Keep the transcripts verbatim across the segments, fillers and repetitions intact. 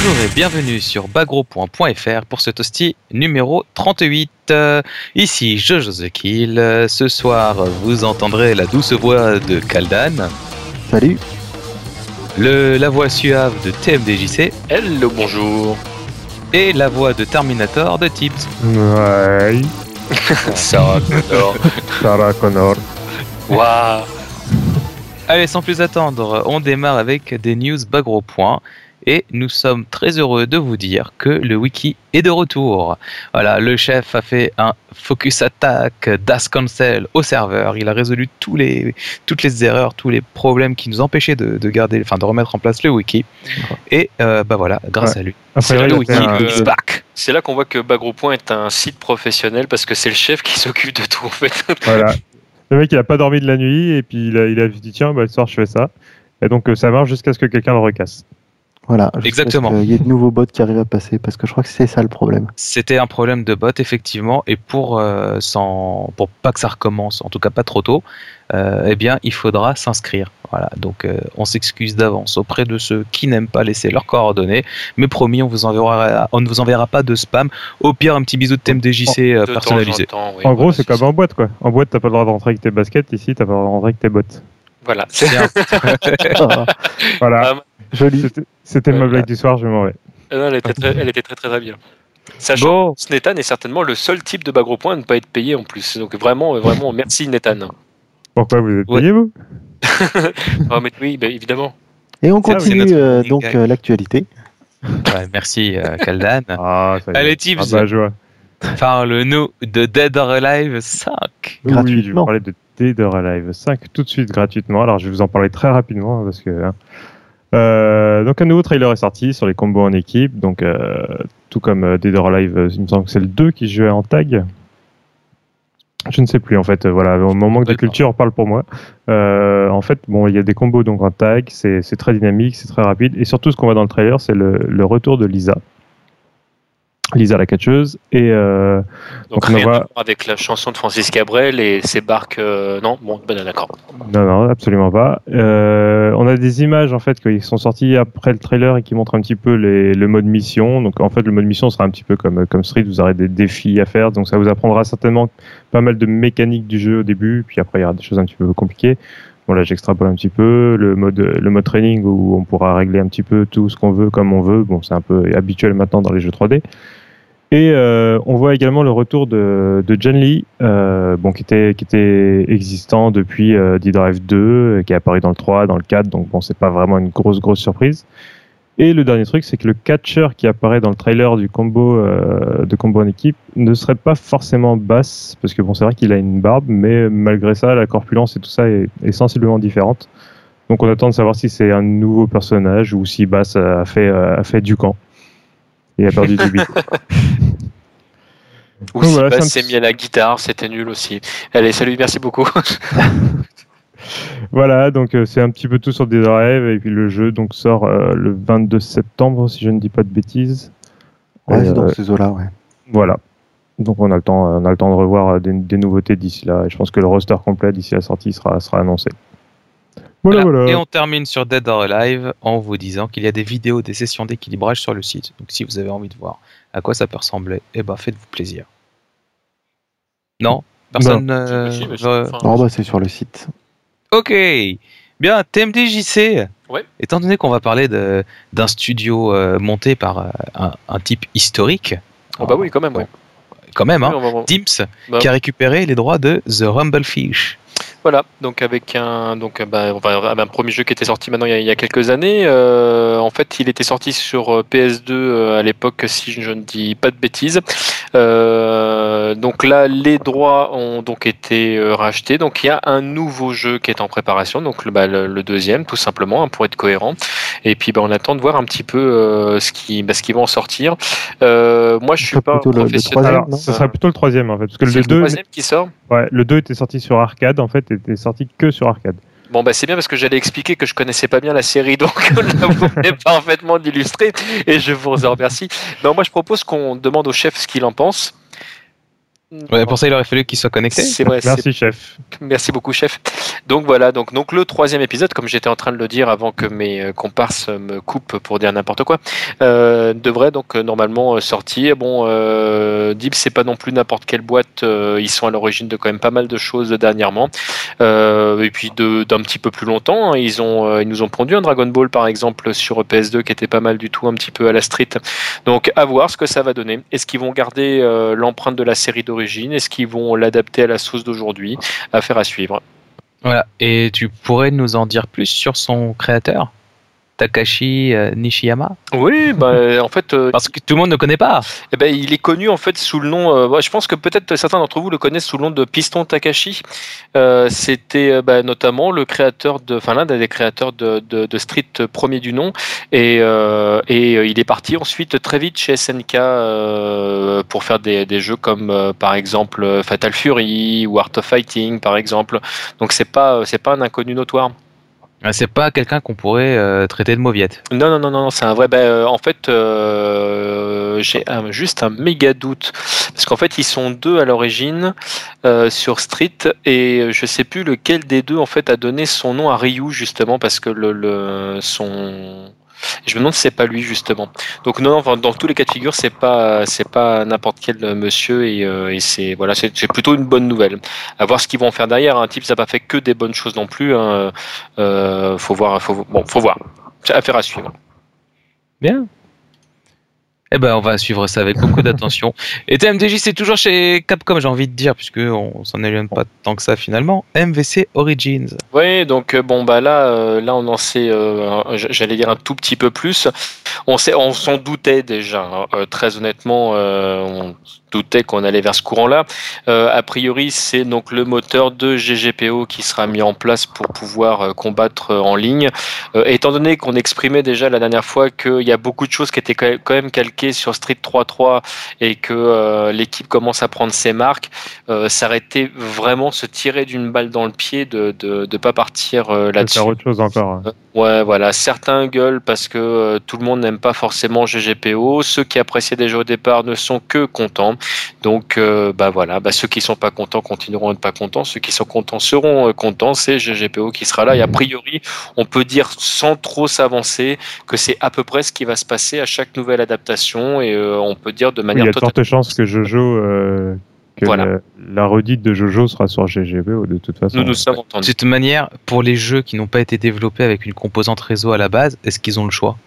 Bonjour et bienvenue sur bagro point f r pour ce toasty numéro trente-huit. Euh, ici Jojo The Kill. Euh, ce soir, vous entendrez la douce voix de Kaldan. Salut. Le, la voix suave de T M D J C. Hello, bonjour. Et la voix de Terminator de Tibbs. Ouais. Sarah Connor. Sarah Connor. Waouh. Allez, sans plus attendre, on démarre avec des news Bagro Point. Et nous sommes très heureux de vous dire que le wiki est de retour. Voilà, le chef a fait un focus attack das cancel au serveur. Il a résolu tous les, toutes les erreurs, tous les problèmes qui nous empêchaient de, de garder, enfin de remettre en place le wiki. Et euh, bah voilà, grâce ouais. à lui. C'est là, le wiki is back. C'est là qu'on voit que Bagro Point est un site professionnel parce que c'est le chef qui s'occupe de tout en fait. Voilà. Le mec il a pas dormi de la nuit et puis il a, il a dit tiens bah, ce soir je fais ça. Et donc ça marche jusqu'à ce que quelqu'un le recasse. Voilà, exactement. Il y a de nouveaux bots qui arrivent à passer parce que je crois que c'est ça le problème. C'était un problème de bot effectivement, et pour euh, sans, pour pas que ça recommence, en tout cas pas trop tôt, euh, eh bien il faudra s'inscrire. Voilà, donc euh, on s'excuse d'avance auprès de ceux qui n'aiment pas laisser leurs coordonnées, mais promis on vous enverra, on ne vous enverra pas de spam. Au pire un petit bisou de T M D J C euh, personnalisé. Temps, oui, en gros c'est comme en boîte quoi. En boîte t'as pas le droit d'entrer avec tes baskets, ici t'as pas le droit d'entrer avec tes bottes. Voilà. C'est bien. Voilà. Um, Joli. C'était, c'était euh, ma blague là. du soir, je m'en vais. Non, elle, était très, elle était très très très bien. Sachant que Netan est certainement le seul type de Bagro Point à ne pas être payé en plus. Donc vraiment, vraiment, merci Netan. Pourquoi vous êtes payé, ouais. vous oh, mais oui, bah, évidemment. Et on continue euh, donc euh, l'actualité. Ouais, merci euh, Kaldan. Ah, allez, Tibbs. Ah, bah, joie. Parle-nous de Dead or Alive cinq. Oui, oui, je vais vous parler de Dead or Alive cinq tout de suite gratuitement. Alors je vais vous en parler très rapidement parce que hein, euh, donc un nouveau trailer est sorti sur les combos en équipe. Donc euh, tout comme euh, Dead or Alive, il me semble que c'est le deux qui jouait en tag. Je ne sais plus en fait. Voilà, mon manque de culture parle pour moi. Euh, en fait, bon, il y a des combos donc en tag, c'est, c'est très dynamique, c'est très rapide et surtout ce qu'on voit dans le trailer, c'est le, le retour de Lisa. Lisa la catcheuse et euh, donc, donc rien on voit... avec la chanson de Francis Cabrel et ses barques euh, non bon ben d'accord non non absolument pas euh, on a des images en fait qui sont sorties après le trailer et qui montrent un petit peu les, le mode mission. Donc en fait le mode mission sera un petit peu comme comme Street, vous aurez des défis à faire, donc ça vous apprendra certainement pas mal de mécaniques du jeu au début, puis après il y aura des choses un petit peu compliquées. Bon là j'extrapole un petit peu le mode le mode training où on pourra régler un petit peu tout ce qu'on veut comme on veut. Bon c'est un peu habituel maintenant dans les jeux trois D. Et euh, on voit également le retour de, de Jen Lee, euh, bon, qui était, qui était existant depuis euh, Dead or Alive deux, qui est apparu dans le trois, dans le quatre, donc bon, c'est pas vraiment une grosse, grosse surprise. Et le dernier truc, c'est que le catcher qui apparaît dans le trailer du combo, euh, de combo en équipe ne serait pas forcément Bass, parce que bon, c'est vrai qu'il a une barbe, mais malgré ça, la corpulence et tout ça est, est sensiblement différente. Donc on attend de savoir si c'est un nouveau personnage ou si Bass a fait, a fait du camp. Il a perdu du beat. Ou si voilà, Bass s'est mis à la guitare, c'était nul aussi. Allez, salut, merci beaucoup. Voilà, donc euh, c'est un petit peu tout sur Dead or Alive, et puis le jeu donc sort euh, le vingt-deux septembre, si je ne dis pas de bêtises. Ouais, c'est euh, dans ces eaux-là, ouais. Voilà. Donc on a le temps, on a le temps de revoir des, des nouveautés d'ici là, et je pense que le roster complet d'ici la sortie sera, sera annoncé. Voilà, voilà. Et on termine sur Dead or Alive en vous disant qu'il y a des vidéos des sessions d'équilibrage sur le site. Donc si vous avez envie de voir à quoi ça peut ressembler, eh ben faites-vous plaisir. Non ? Personne euh, si, si, veut... enfin, oh, bah c'est sur le site. Ok. Bien, T M D J C. Ouais. Étant donné qu'on va parler de, d'un studio euh, monté par euh, un, un type historique. Oh bah oui, quand même, ouais. Quand même, hein. Oui, va... Dimps, bah... qui a récupéré les droits de The Rumblefish. Voilà, donc avec un, donc, bah, un premier jeu qui était sorti maintenant il y a, il y a quelques années. Euh, en fait, il était sorti sur P S deux euh, à l'époque, si je ne dis pas de bêtises. Euh, donc là, les droits ont donc été euh, rachetés. Donc il y a un nouveau jeu qui est en préparation, donc le, bah, le, le deuxième, tout simplement, hein, pour être cohérent. Et puis bah, on attend de voir un petit peu euh, ce qui, bah, ce qui va en sortir. Euh, moi, je suis pas professionnel. Alors, ce sera plutôt le troisième en fait, parce que c'est le, le deux, troisième qui sort. Ouais, le deux était sorti sur arcade en fait. était sorti que sur arcade. Bon bah c'est bien parce que j'allais expliquer que je connaissais pas bien la série, donc là vous venez parfaitement d'illustrer et je vous en remercie. Non, moi je propose qu'on demande au chef ce qu'il en pense. Ouais, pour ça, il aurait fallu qu'il soit connecté. C'est vrai, Merci, c'est... chef. Merci beaucoup, chef. Donc voilà, donc, donc le troisième épisode, comme j'étais en train de le dire avant que mes comparses me coupent pour dire n'importe quoi, euh, devrait donc normalement sortir. Bon, euh, Deep, c'est pas non plus n'importe quelle boîte. Euh, ils sont à l'origine de quand même pas mal de choses dernièrement. Euh, et puis de, d'un petit peu plus longtemps, hein, ils ont, euh, ils nous ont pondu un Dragon Ball par exemple sur P S deux qui était pas mal du tout, un petit peu à la street. Donc à voir ce que ça va donner. Est-ce qu'ils vont garder euh, l'empreinte de la série d'origine? Est-ce qu'ils vont l'adapter à la sauce d'aujourd'hui? Affaire à suivre. Voilà. Et tu pourrais nous en dire plus sur son créateur, Takashi euh, Nishiyama? Oui, bah, en fait, euh, parce que tout le monde ne connaît pas. Eh ben, il est connu en fait sous le nom. Euh, je pense que peut-être certains d'entre vous le connaissent sous le nom de Piston Takashi. Euh, c'était euh, bah, notamment le créateur de, enfin l'un des créateurs de, de, de Street premier du nom, et, euh, et euh, il est parti ensuite très vite chez S N K euh, pour faire des, des jeux comme euh, par exemple Fatal Fury ou Art of Fighting par exemple. Donc c'est pas c'est pas un inconnu notoire. C'est pas quelqu'un qu'on pourrait euh, traiter de mauviette. Non, non, non, non, c'est un vrai. Ben, euh, en fait, euh, j'ai un, juste un méga doute. Parce qu'en fait, ils sont deux à l'origine euh, sur Street. Et je sais plus lequel des deux en fait, a donné son nom à Ryu, justement, parce que le, le, son. Je me demande si c'est pas lui justement. Donc non, non, dans tous les cas de figure, c'est pas c'est pas n'importe quel monsieur et, euh, et c'est voilà, c'est, c'est plutôt une bonne nouvelle. À voir ce qu'ils vont en faire derrière. Un type, ça n'a pas fait que des bonnes choses non plus. Hein. Euh, faut voir, faut bon, faut voir. C'est affaire à suivre. Bien. Eh ben, on va suivre ça avec beaucoup d'attention. Et T M D J, c'est toujours chez Capcom, j'ai envie de dire, puisque on s'en éloigne pas tant que ça finalement. M V C Origins. Oui, donc bon bah là, euh, là on en sait, euh, j'allais dire un tout petit peu plus. On sait, on s'en doutait déjà. Hein. Euh, très honnêtement, euh, on doutait qu'on allait vers ce courant-là. Euh, a priori, c'est donc le moteur de G G P O qui sera mis en place pour pouvoir euh, combattre euh, en ligne. Euh, étant donné qu'on exprimait déjà la dernière fois qu'il y a beaucoup de choses qui étaient quand même calquées sur Street trois trois et que euh, l'équipe commence à prendre ses marques, euh, ça aurait été vraiment se tirer d'une balle dans le pied de de, de pas partir euh, là-dessus. Faire autre chose encore. Hein. Ouais, voilà. Certains gueulent parce que euh, tout le monde n'aime pas forcément G G P O. Ceux qui appréciaient déjà au départ ne sont que contents. Donc, euh, bah voilà. Bah, ceux qui sont pas contents continueront à être pas contents. Ceux qui sont contents seront euh, contents. C'est G G P O qui sera là. Et a priori, on peut dire sans trop s'avancer que c'est à peu près ce qui va se passer à chaque nouvelle adaptation. Et euh, on peut dire de manière oui, il y a de totalement... fortes chances que Jojo, euh, que voilà. la, la redite de Jojo sera sur G G P O de toute façon. Nous nous sommes entendus. De toute manière, pour les jeux qui n'ont pas été développés avec une composante réseau à la base, est-ce qu'ils ont le choix?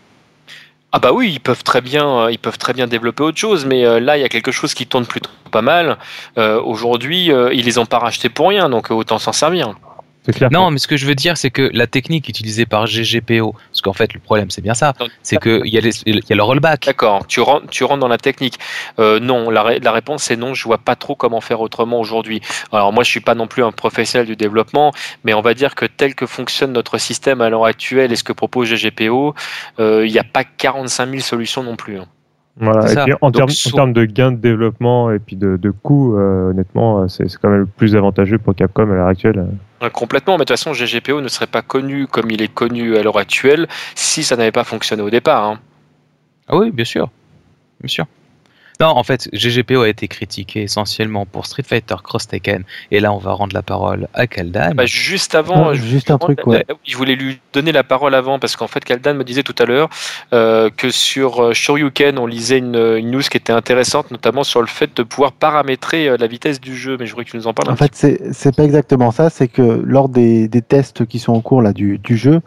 Ah bah oui, ils peuvent très bien, ils peuvent très bien développer autre chose, mais euh, là il y a quelque chose qui tourne plutôt pas mal. Euh, aujourd'hui, euh, ils les ont pas rachetés pour rien, donc autant s'en servir. C'est clair. Non, mais ce que je veux dire, c'est que la technique utilisée par G G P O, parce qu'en fait le problème c'est bien ça, c'est qu'il y, y a le rollback. D'accord, tu rentres, tu rentres dans la technique. Euh, non, la, la réponse c'est non, je vois pas trop comment faire autrement aujourd'hui. Alors moi je suis pas non plus un professionnel du développement, mais on va dire que tel que fonctionne notre système à l'heure actuelle et ce que propose G G P O, il euh, n'y a pas quarante-cinq mille solutions non plus. Hein. Voilà. Et puis, en, termes, en termes de gains de développement et puis de, de coûts, euh, honnêtement, c'est, c'est quand même le plus avantageux pour Capcom à l'heure actuelle. Complètement, mais de toute façon, G G P O ne serait pas connu comme il est connu à l'heure actuelle si ça n'avait pas fonctionné au départ. Hein. Ah oui, bien sûr, bien sûr. Non, en fait, G G P O a été critiqué essentiellement pour Street Fighter Cross Tekken, et là, on va rendre la parole à Kaldan. Bah, juste avant, oh, je, juste un truc, ouais. Je voulais lui donner la parole avant parce qu'en fait, Kaldan me disait tout à l'heure euh, que sur Shoryuken, on lisait une, une news qui était intéressante, notamment sur le fait de pouvoir paramétrer la vitesse du jeu. Mais je voudrais que tu nous en parles. En fait, c'est, c'est pas exactement ça. C'est que lors des, des tests qui sont en cours là du, du jeu.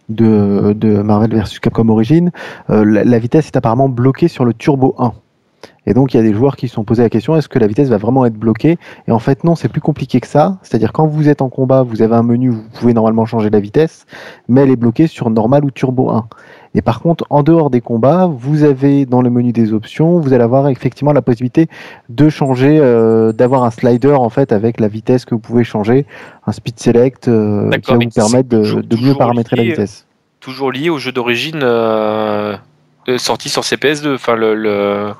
De, de Marvel versus Capcom Origins, euh, la, la vitesse est apparemment bloquée sur le Turbo un. Et donc, il y a des joueurs qui se sont posé la question, est-ce que la vitesse va vraiment être bloquée? Et en fait, non, c'est plus compliqué que ça. C'est-à-dire, quand vous êtes en combat, vous avez un menu où vous pouvez normalement changer la vitesse, mais elle est bloquée sur normal ou turbo un. Et par contre, en dehors des combats, vous avez dans le menu des options, vous allez avoir effectivement la possibilité de changer, euh, d'avoir un slider en fait avec la vitesse que vous pouvez changer, un speed select euh, qui va vous permettre de, toujours, de mieux paramétrer lié, la vitesse. Toujours lié au jeu d'origine euh, sorti sur C P S deux, enfin le... le...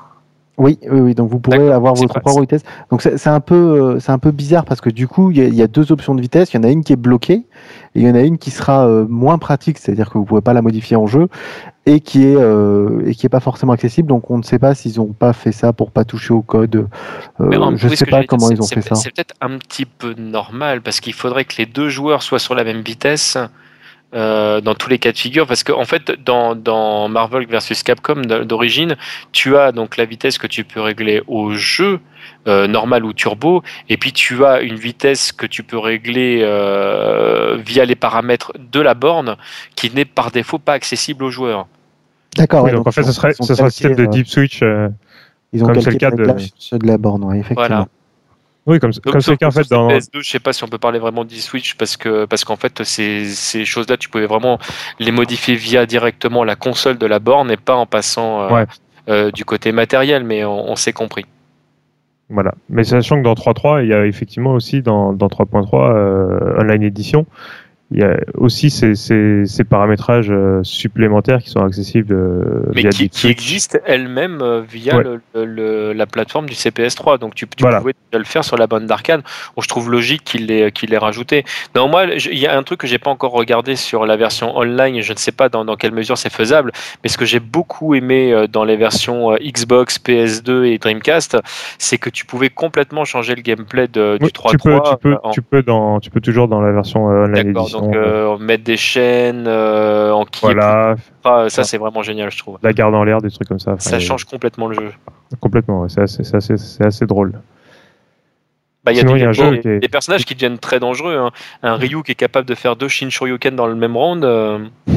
Oui, oui, oui. Donc vous pourrez D'accord, avoir c'est votre pas- propre vitesse. Donc c'est c'est un peu, euh, c'est un peu bizarre parce que du coup, il y, a- il y a deux options de vitesse. Il y en a une qui est bloquée et il y en a une qui sera euh, moins pratique, c'est-à-dire que vous pouvez pas la modifier en jeu et qui est euh, et qui est pas forcément accessible. Donc on ne sait pas s'ils ont pas fait ça pour pas toucher au code. Euh, Mais en- je oui, ce sais que pas j'allais dire, comment c'est- ils ont c'est fait peut- ça. C'est peut-être un petit peu normal parce qu'il faudrait que les deux joueurs soient sur la même vitesse euh, dans tous les cas de figure. Parce qu'en en fait, dans, dans Marvel versus Capcom d- d'origine, tu as donc la vitesse que tu peux régler au jeu, euh, normal ou turbo, et puis tu as une vitesse que tu peux régler euh, via les paramètres de la borne qui n'est par défaut pas accessible aux joueurs. D'accord. Oui, ouais, donc, en fait, ils ce ont- serait, ils ont ce serait un calqué, système de euh, deep switch. euh, Ils ont comme c'est calqué le cas les de- réglages ceux de la borne, ouais, effectivement. Voilà. Oui, comme, Donc, comme c'est sauf le cas en que sur fait dans. P S deux, je sais pas si on peut parler vraiment d'e-switch parce que parce qu'en fait ces, ces choses-là, tu pouvais vraiment les modifier via directement la console de la borne et pas en passant euh, Ouais. euh, du côté matériel, mais on, on s'est compris. Voilà. Mais sachant que dans trois point trois, il y a effectivement aussi dans, dans trois point trois euh, Online Edition, il y a aussi ces, ces, ces paramétrages euh, supplémentaires qui sont accessibles euh, Mais via qui, Deep qui Switch. existent elles-mêmes euh, via Ouais. le, le- le- la plateforme du C P S trois. Donc tu, tu Voilà. pouvais déjà le faire sur la bande d'arcade. Bon, je trouve logique qu'il l'ait qu'il l'ait rajouté. Non, moi, je- il y a un truc que j'ai pas encore regardé sur la version online. Et je ne sais pas dans, dans quelle mesure c'est faisable. Mais ce que j'ai beaucoup aimé euh, dans les versions euh, Xbox, P S deux et Dreamcast, c'est que tu pouvais complètement changer le gameplay de, du Oui, trois tu peux, trois. tu peux, euh, en- tu peux dans, tu peux toujours dans la version euh, Online D'accord, Edition. donc euh, mettre des chaînes euh, en qui est Voilà, plus- ah, ça c'est vraiment génial, je trouve. la garde en l'air, des trucs comme ça. Enfin, Ça il y a- change complètement le jeu. complètement. Ouais, c'est assez, c'est assez, c'est assez drôle. Bah, il y a, Sinon, des, il y a un bon, jeu qui est- des personnages qui deviennent très dangereux. Hein. Un Ryu qui est capable de faire deux Shin Shoryuken dans le même round. euh,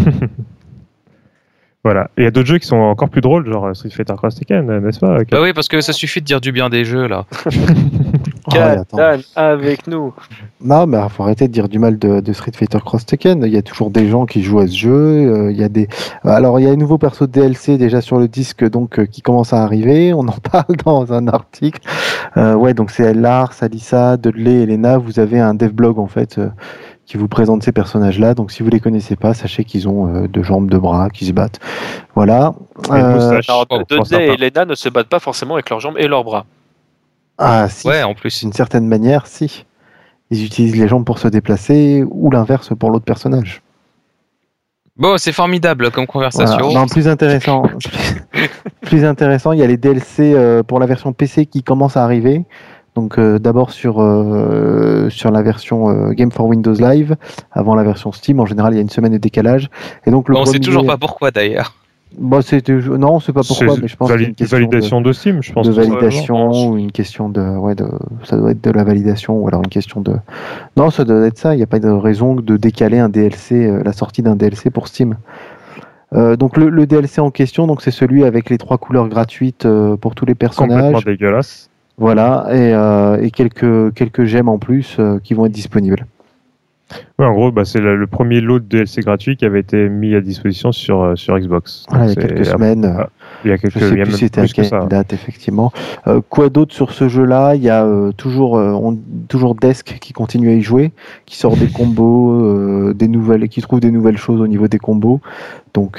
Voilà. Et il y a d'autres jeux qui sont encore plus drôles, genre Street Fighter Cross Tekken, n'est-ce pas Bah oui, parce que ça suffit de dire du bien des jeux là. Oh, ouais, attends. Katan avec nous. Non, mais faut arrêter de dire du mal de, de Street Fighter Cross Tekken. Il y a toujours des gens qui jouent à ce jeu. euh, Il y a des. Alors, il y a un nouveau perso de D L C déjà sur le disque, donc euh, qui commence à arriver. On en parle dans un article. Euh, ouais, donc c'est Lars, Alissa, Dudley, Elena. Vous avez un devblog en fait euh, qui vous présente ces personnages-là. Donc, si vous les connaissez pas, sachez qu'ils ont euh, deux jambes, deux bras, qui se battent. Voilà. Et une Euh, moustache, Alors, pour Dudley certains. et Lena ne se battent pas forcément avec leurs jambes et leurs bras. Ah, si. Ouais, en plus. D'une certaine manière, si. Ils utilisent les jambes pour se déplacer ou l'inverse pour l'autre personnage. Bon, c'est formidable comme conversation. Voilà. Non, plus intéressant. plus, plus intéressant, il y a les D L C euh, pour la version P C qui commencent à arriver. Donc euh, d'abord sur euh, sur la version euh, Game for Windows Live, avant la version Steam. En général, il y a une semaine de décalage. Et donc le Bon, on sait premier- toujours pas pourquoi d'ailleurs. Bon, c'est non, c'est pas pourquoi, C'est mais je pense que c'est vali- une question validation de, Steam, je pense. de, tout de simplement. validation ou une question de ouais de ça doit être de la validation ou alors une question de non, ça doit être ça. Il n'y a pas de raison de décaler un D L C, euh, la sortie d'un D L C pour Steam. Euh, donc le, le D L C en question, donc c'est celui avec les trois couleurs gratuites euh, pour tous les Complètement personnages. dégueulasse. Voilà, et, euh, et quelques, quelques gemmes en plus euh, qui vont être disponibles. Ouais, en gros, bah, c'est le, le premier lot de D L C gratuit qui avait été mis à disposition sur, euh, sur Xbox. Voilà, il y a Donc, quelques c'est- semaines. euh, Il y a quelques Je sais il y a plus même c'était à plus que quelle ça. date, effectivement. Euh, quoi d'autre sur ce jeu-là? Il y a euh, toujours, euh, on- toujours Desk qui continue à y jouer, qui sort des combos, euh, des nouvelles, qui trouve des nouvelles choses au niveau des combos. Donc,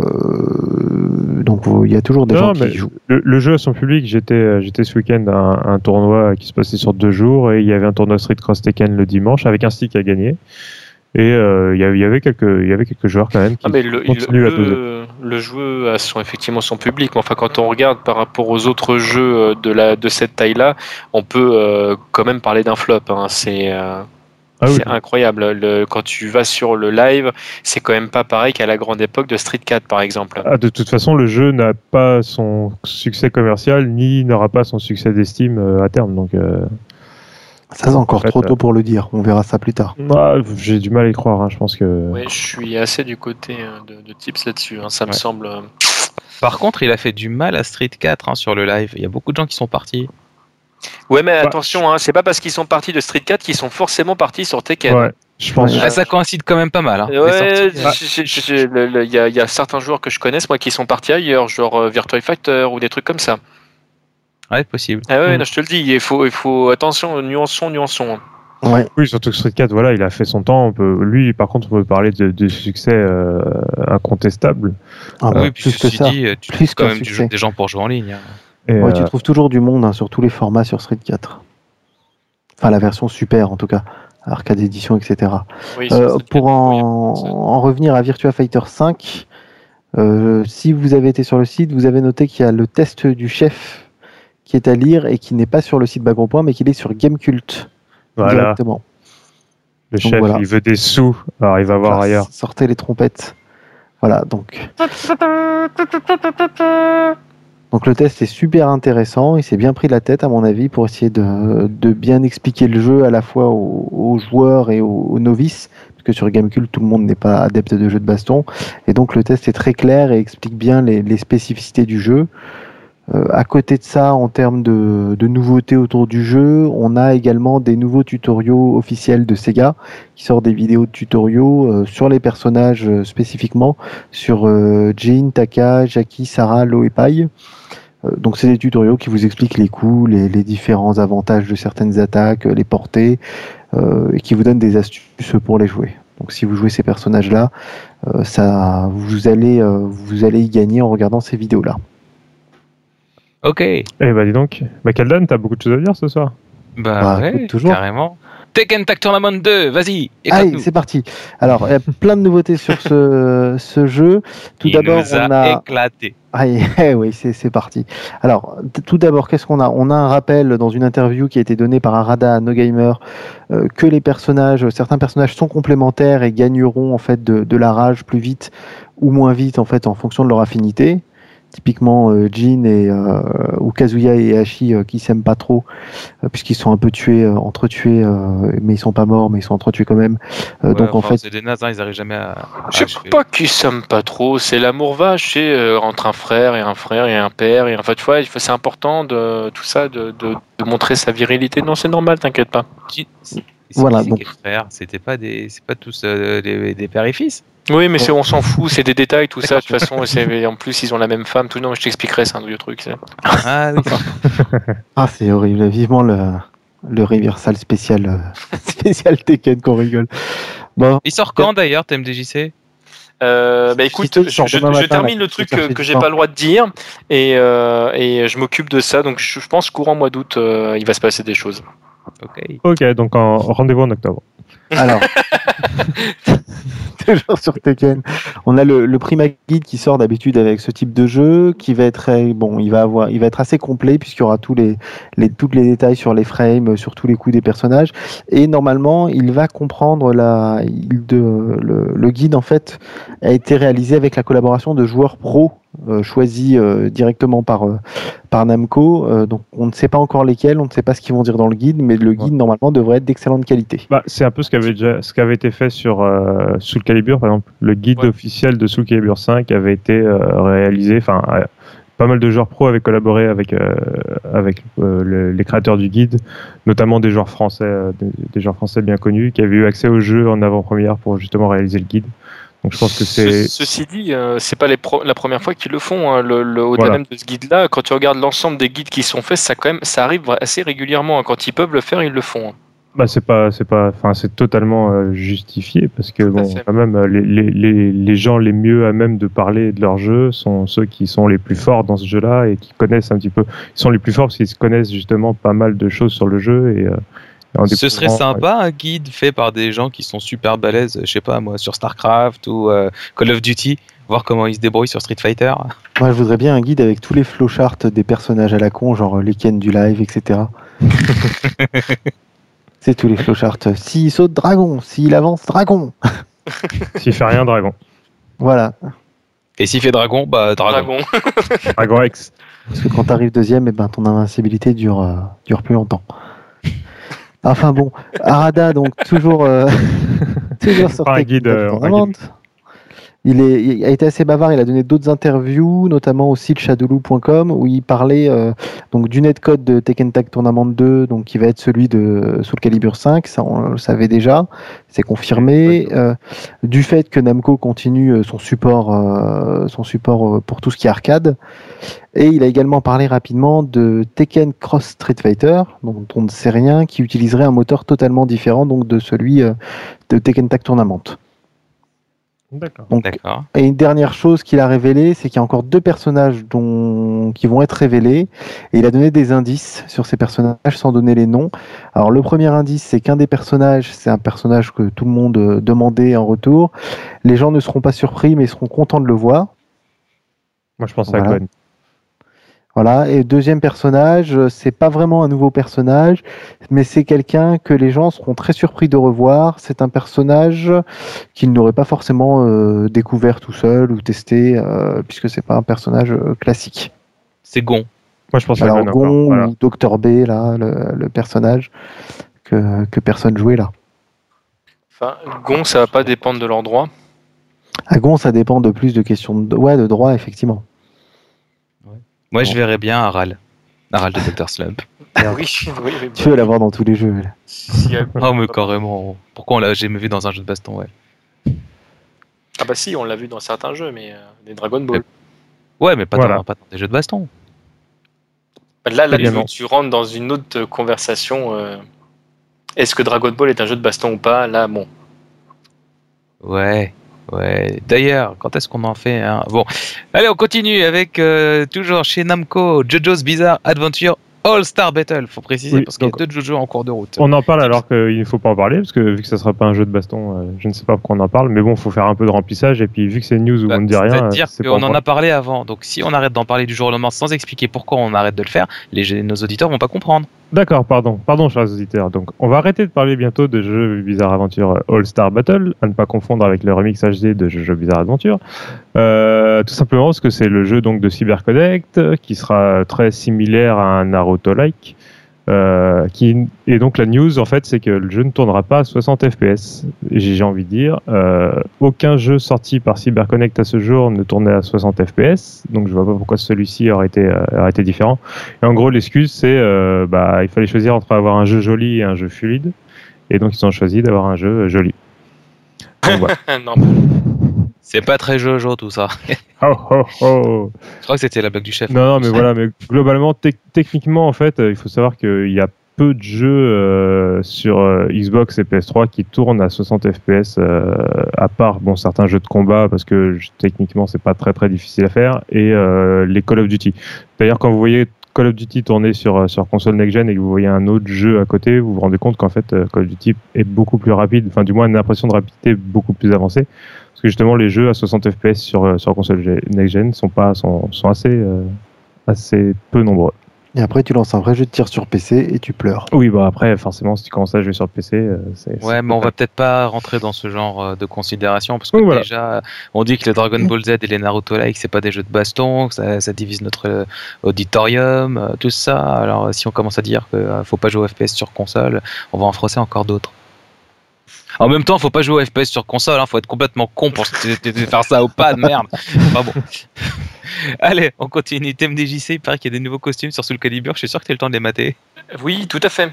euh, donc euh, il y a toujours des Non, gens qui mais y jouent. Le, le jeu à son public, j'étais j'étais ce week-end à un, un tournoi qui se passait sur deux jours et il y avait un tournoi Street Cross Tekken le dimanche avec un stick à gagner. Et euh, il y avait- il y avait quelques il y avait quelques joueurs quand même qui Ah, mais le, continuent le, à doser. le, le jeu a son, effectivement son public. Mais enfin, quand on regarde par rapport aux autres jeux euh, de, la, de cette taille-là, on peut euh, quand même parler d'un flop. Hein. C'est euh, Ah oui. c'est incroyable. Le, quand tu vas sur le live, c'est quand même pas pareil qu'à la grande époque de Street quatre, par exemple. Ah, de toute façon, le jeu n'a pas son succès commercial ni n'aura pas son succès d'estime euh, à terme. Donc, euh, Ça, c'est encore en fait, trop tôt pour le dire. On verra ça plus tard. ah, j'ai du mal à y croire. Hein. Je pense que. Oui, je suis assez du côté euh, de, de Tips là-dessus. Hein. Ça me Ouais. semble. euh, Par contre, il a fait du mal à Street quatre hein, sur le live. Il y a beaucoup de gens qui sont partis. Ouais, mais attention, hein, c'est pas parce qu'ils sont partis de Street quatre qu'ils sont forcément partis sur Tekken. Ouais, je pense. Ouais. Ah, ça coïncide quand même pas mal. Hein, les Ouais, sorties. j'ai- j'ai- j'ai- le- le- il y, a- il y a certains joueurs que je connaisse, moi, qui sont partis ailleurs, genre euh, Virtua Fighter ou des trucs comme ça. Ouais, possible. Ah ouais, Mm. non, je te le dis, il faut, il faut attention, nuançons, nuançons. Ouais. Oui, surtout que Street quatre, voilà, il a fait son temps. On peut, lui, par contre, on peut parler de, de succès euh, incontestable. Ah, bah, oui, puis plus que ceci ça. dit, tu Plus trouves quand qu'un même du succès. jeu- des gens pour jouer en ligne. hein. Et, Ouais, euh, tu trouves toujours du monde hein, sur tous les formats sur Street quatre. Enfin, la version super en tout cas, arcade édition, et cetera. Oui, Euh, sur pour en, cette- en revenir à Virtua Fighter cinq, euh, si vous avez été sur le site, vous avez noté qu'il y a le test du chef qui est à lire et qui n'est pas sur le site Bagropoint, mais qu'il est sur Gamecult voilà, directement. le Donc chef, voilà. il veut des sous, alors il va voir Enfin, ailleurs. sortez les trompettes. Voilà, donc. Donc le test est super intéressant, il s'est bien pris la tête à mon avis pour essayer de, de bien expliquer le jeu à la fois aux, aux joueurs et aux, aux novices, parce que sur Gamecult tout le monde n'est pas adepte de jeux de baston, et donc le test est très clair et explique bien les, les spécificités du jeu. Euh, à côté de ça, en termes de, de nouveautés autour du jeu, on a également des nouveaux tutoriaux officiels de Sega qui sortent des vidéos de tutoriaux euh, sur les personnages euh, spécifiquement, sur euh, Jin, Taka, Jackie, Sarah, Lo et Pai. Euh, donc c'est des tutoriaux qui vous expliquent les coups, les, les différents avantages de certaines attaques, les portées, euh, et qui vous donnent des astuces pour les jouer. Donc si vous jouez ces personnages-là, euh, ça, vous allez, euh, vous allez y gagner en regardant ces vidéos-là. Ok. Eh bah dis donc, bah Kaldan, t'as beaucoup de choses à dire ce soir. Bah, Bah, ouais, écoute, toujours. carrément. Tekken Tag Tournament deux, vas-y, Allez, éclate-nous. c'est parti. Alors, il y a plein de nouveautés sur ce, ce jeu. Tout Il d'abord, nous a, on a. éclaté. Ah, eh oui, c'est c'est parti. Alors, t- tout d'abord, qu'est-ce qu'on a? On a un rappel dans une interview qui a été donnée par Arada à No Gamer euh, que les personnages, certains personnages sont complémentaires et gagneront en fait de, de la rage plus vite ou moins vite en fait en fonction de leur affinité. Typiquement euh, Jin et euh, ou Kazuya et Hashi euh, qui s'aiment pas trop euh, puisqu'ils sont un peu tués, euh, entretués, euh, mais ils sont pas morts, mais ils sont entretués quand même. Euh, Ouais, donc en enfin, fait, c'est des nazes, hein, ils arrivent jamais à. à Je sais achever. pas qu'ils s'aiment pas trop, c'est l'amour vache, c'est euh, entre un frère et un frère et un père, et enfin tu vois, il faut- c'est important de tout ça, de, de, de montrer sa virilité. Non, c'est normal, t'inquiète pas. Qui- c'est- Voilà, c'est donc- quels frères C'était pas des, c'est pas tous euh, des, des pères et fils. Oui, mais c'est, on s'en fout, c'est des détails, tout ça. De D'accord. toute façon, c'est- en plus, ils ont la même femme. Tout non, je t'expliquerai, c'est un vieux truc. c'est- Ah oui. ah c'est horrible. Vivement le le Reversal spécial euh, spécial Tekken qu'on rigole. Bon, Il sort quand d'ailleurs, T M D J C? Euh, bah écoute, Sitôt, je, il sort je- demain je matin, termine là, le truc faut chercher que, que du j'ai temps. pas le droit de dire et, euh, et je m'occupe de ça. Donc je, je pense courant mois d'août, euh, il va se passer des choses. Ok. Ok, donc en rendez-vous en octobre. Alors, toujours sur Tekken, on a le, le Prima Guide qui sort d'habitude avec ce type de jeu, qui va être très- bon, il va avoir, il va être assez complet puisqu'il y aura tous les, les, tous les détails sur les frames, sur tous les coups des personnages, et normalement, il va comprendre la, il de, le, le guide en fait a été réalisé avec la collaboration de joueurs pros euh, choisis euh, directement par euh, par Namco. Euh, donc, on ne sait pas encore lesquels, on ne sait pas ce qu'ils vont dire dans le guide, mais le guide normalement devrait être d'excellente qualité. Bah, c'est un peu ce qui avait déjà, ce qui avait été fait sur euh, Soul Calibur, par exemple. Le guide Ouais. officiel de Soul Calibur cinq avait été euh, réalisé. Enfin, euh, pas mal de joueurs pro avaient collaboré avec euh, avec euh, le- les créateurs du guide, notamment des joueurs français, euh, des, des joueurs français bien connus, qui avaient eu accès au jeu en avant-première pour justement réaliser le guide. Donc, je pense que c'est Ce- ceci dit, euh, c'est pas les pro- la première fois qu'ils le font. Hein. Le, le- au-delà Voilà. même de ce guide-là, quand tu regardes l'ensemble des guides qui sont faits, ça quand même, ça arrive assez régulièrement. Hein. Quand ils peuvent le faire, ils le font. Hein. Bah c'est pas c'est pas enfin c'est totalement euh, justifié parce que Tout à bon fait. quand même euh, les, les, les, les gens les mieux à même de parler de leur jeu sont ceux qui sont les plus forts dans ce jeu-là et qui connaissent un petit peu, ils sont les plus forts parce qu'ils connaissent justement pas mal de choses sur le jeu et, euh, et en Ce serait découvrant- sympa un guide fait par des gens qui sont super balèzes, je sais pas moi, sur StarCraft ou euh, Call of Duty, voir comment ils se débrouillent sur Street Fighter. Moi, je voudrais bien un guide avec tous les flowcharts des personnages à la con, genre les Ken du live, et cetera. C'est tous les flowcharts. S'il saute, dragon. S'il avance, dragon. S'il fait rien, dragon. Voilà. Et s'il fait dragon, bah dragon. Dragon. Dragon X. Parce que quand t'arrives deuxième, eh ben, ton invincibilité dure, euh, dure plus longtemps. Enfin bon, Arada, donc toujours, euh, toujours sur Pas un Tekken guide, euh, un Tournament. Il, est, il a été assez bavard, il a donné d'autres interviews, notamment au site shadowloo point com, où il parlait euh, donc du netcode de Tekken Tag Tournament deux, donc qui va être celui de Soul Calibur cinq, ça on le savait déjà, c'est confirmé, euh, du fait que Namco continue euh, son support, euh, son support euh, pour tout ce qui est arcade, et il a également parlé rapidement de Tekken Cross Street Fighter, dont on ne sait rien, qui utiliserait un moteur totalement différent donc de celui euh, de Tekken Tag Tournament. D'accord. Donc, D'accord. et une dernière chose qu'il a révélé, c'est qu'il y a encore deux personnages dont... qui vont être révélés. Et il a donné des indices sur ces personnages sans donner les noms. Alors le premier indice, c'est qu'un des personnages, c'est un personnage que tout le monde euh, demandait en retour. Les gens ne seront pas surpris, mais seront contents de le voir. Moi, je pense Voilà. à Gwen. Voilà. Et deuxième personnage, euh, c'est pas vraiment un nouveau personnage, mais c'est quelqu'un que les gens seront très surpris de revoir. C'est un personnage qu'ils n'auraient pas forcément euh, découvert tout seul ou testé, euh, puisque c'est pas un personnage euh, classique. C'est Gon. Moi, je pense à Alors Gwen Gon encore. Voilà. ou docteur B, là, le, le personnage que, que personne jouait là. Enfin, Gon, ça va pas dépendre de leur droit. À Gon, ça dépend de plus de questions de, ouais, de droit, effectivement. Moi, Bon. je verrais bien Aral. Aral de docteur Slump. oui, oui, oui. Tu veux l'avoir dans tous les jeux. là. Si, euh, Oh, mais carrément. Pourquoi on l'a jamais vu dans un jeu de baston, ouais. Ah bah si, on l'a vu dans certains jeux, mais euh, des Dragon Ball. Ouais, mais pas, Voilà. dans, pas dans des jeux de baston. Là, là tu, Évidemment. tu rentres dans une autre conversation. euh, Est-ce que Dragon Ball est un jeu de baston ou pas? Là, bon. Ouais, ouais. D'ailleurs, quand est-ce qu'on en fait un Bon, allez, on continue avec euh, toujours chez Namco, JoJo's Bizarre Adventure All-Star Battle. Faut préciser Oui, parce qu'il y a donc- deux JoJo en cours de route. On en parle alors qu'il ne faut pas en parler, parce que vu que ça ne sera pas un jeu de baston, euh, je ne sais pas pourquoi on en parle, mais bon, il faut faire un peu de remplissage, et puis vu que c'est une news où Bah, on ne dit rien, C'est-à-dire euh, c'est pas qu'on en encore- a parlé avant. Donc si on arrête d'en parler du jour au lendemain sans expliquer pourquoi on arrête de le faire, les, nos auditeurs vont pas comprendre. D'accord, pardon, pardon, chers auditeurs. Donc, on va arrêter de parler bientôt de jeux Bizarre Adventure All-Star Battle, à ne pas confondre avec le remix H D de jeux Bizarre Adventure. Euh, tout simplement parce que c'est le jeu donc de CyberConnect, qui sera très similaire à un Naruto-like. Euh, qui, et donc la news en fait c'est que le jeu ne tournera pas à soixante F P S. Et J'ai j'ai envie de dire, euh, aucun jeu sorti par CyberConnect à ce jour ne tournait à soixante F P S, donc je vois pas pourquoi celui-ci aurait été, euh, aurait été différent. Et en gros l'excuse c'est euh, bah, il fallait choisir entre avoir un jeu joli et un jeu fluide, et donc ils ont choisi d'avoir un jeu joli. Donc, voilà. non, C'est pas très JoJo tout ça. Oh, oh, oh. Je crois que c'était la blague du chef. Non, non, mais voilà, mais globalement, te- techniquement, en fait, euh, il faut savoir qu'il y a peu de jeux euh, sur euh, Xbox et P S trois qui tournent à soixante F P S, euh, à part bon, certains jeux de combat, parce que je- techniquement, c'est pas très très difficile à faire, et euh, les Call of Duty. D'ailleurs, quand vous voyez Call of Duty tourner sur, euh, sur console next-gen et que vous voyez un autre jeu à côté, vous vous rendez compte qu'en fait, euh, Call of Duty est beaucoup plus rapide, enfin, du moins, une impression de rapidité beaucoup plus avancée. Parce que justement, les jeux à soixante F P S sur, euh, sur console ge- next-gen sont, pas, sont, sont assez, euh, assez peu nombreux. Et après, tu lances un vrai jeu de tir sur P C et tu pleures. Oui, bah après, forcément, si tu commences à jouer sur P C, euh, c'est. Ouais, c'est mais on pas- va peut-être pas rentrer dans ce genre euh, de considération parce que Oui, voilà. déjà, on dit que les Dragon Ball Z et les Naruto like c'est pas des jeux de baston, que ça, ça divise notre euh, auditorium, euh, tout ça. Alors euh, si on commence à dire qu'il faut pas jouer au F P S sur console, on va en froisser encore d'autres. En même temps, faut pas jouer au F P S sur console, hein, faut être complètement con pour s- t- t- faire ça ou pas, de merde. Enfin bon. Allez, on continue. Thème D J C, il paraît qu'il y a des nouveaux costumes sur Soul Calibur, je suis sûr que tu as le temps de les mater. oui, tout à fait.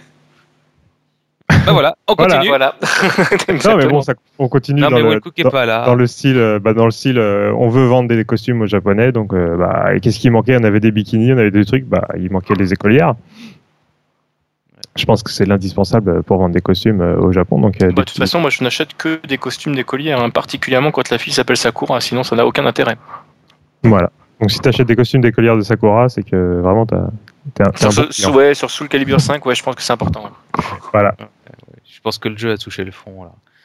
Bah voilà, on Voilà. continue. Voilà. Non, mais bon, ça, on continue Non dans, mais le, Wellcook est dans, pas là. dans le style, euh, bah, dans le style, euh, on veut vendre des costumes aux Japonais, donc euh, bah, et qu'est-ce qui manquait? On avait des bikinis, on avait des trucs, bah, il manquait les écolières. Je pense que c'est l'indispensable pour vendre des costumes euh, au Japon. Donc, euh, Bah, des de toute petits- façon, moi je n'achète que des costumes d'écoliers, hein, particulièrement quand la fille s'appelle Sakura, sinon ça n'a aucun intérêt. Voilà. Donc si tu achètes des costumes d'écolières de Sakura, c'est que vraiment t'as, t'es un, t'es un Sur, bon ce- client. ouais, sur Soul Calibur cinq, ouais, je pense que c'est important. ouais. Voilà. Je pense que le jeu a touché le fond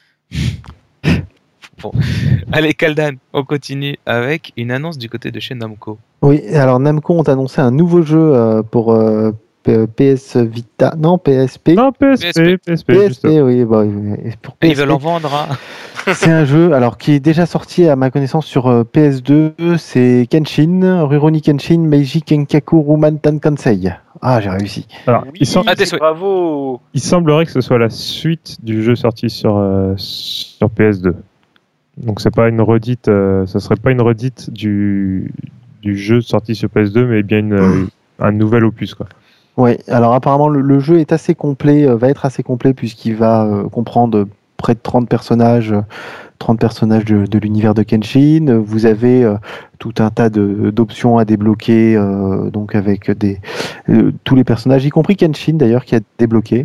là. Bon. Allez Kaldan, on continue avec une annonce du côté de chez Namco. Oui, alors Namco ont annoncé un nouveau jeu euh, pour euh, P- PS Vita, non P S P. Non, P S P, P S P, P S P, justement. oui, bah, oui, et pour Et ils P S P, veulent en vendre, hein. c'est un jeu alors qui est déjà sorti à ma connaissance sur euh, P S deux. C'est Kenshin, Rurouni Kenshin, Meiji Kenkaku Ruman Tankansei. Ah, j'ai réussi. Alors, Oui, il, sem- Ah, tes souhaits. bravo. il semblerait que ce soit la suite du jeu sorti sur, euh, sur P S deux. Donc c'est pas une redite, euh, ça serait pas une redite du, du jeu sorti sur P S deux, mais bien une, euh, un nouvel opus, quoi. Ouais, alors apparemment le, le jeu est assez complet, euh, va être assez complet puisqu'il va euh, comprendre près de trente personnages, euh, trente personnages de, de l'univers de Kenshin. Vous avez euh, tout un tas de, d'options à débloquer, euh, donc avec des euh, tous les personnages, y compris Kenshin d'ailleurs qui a débloqué.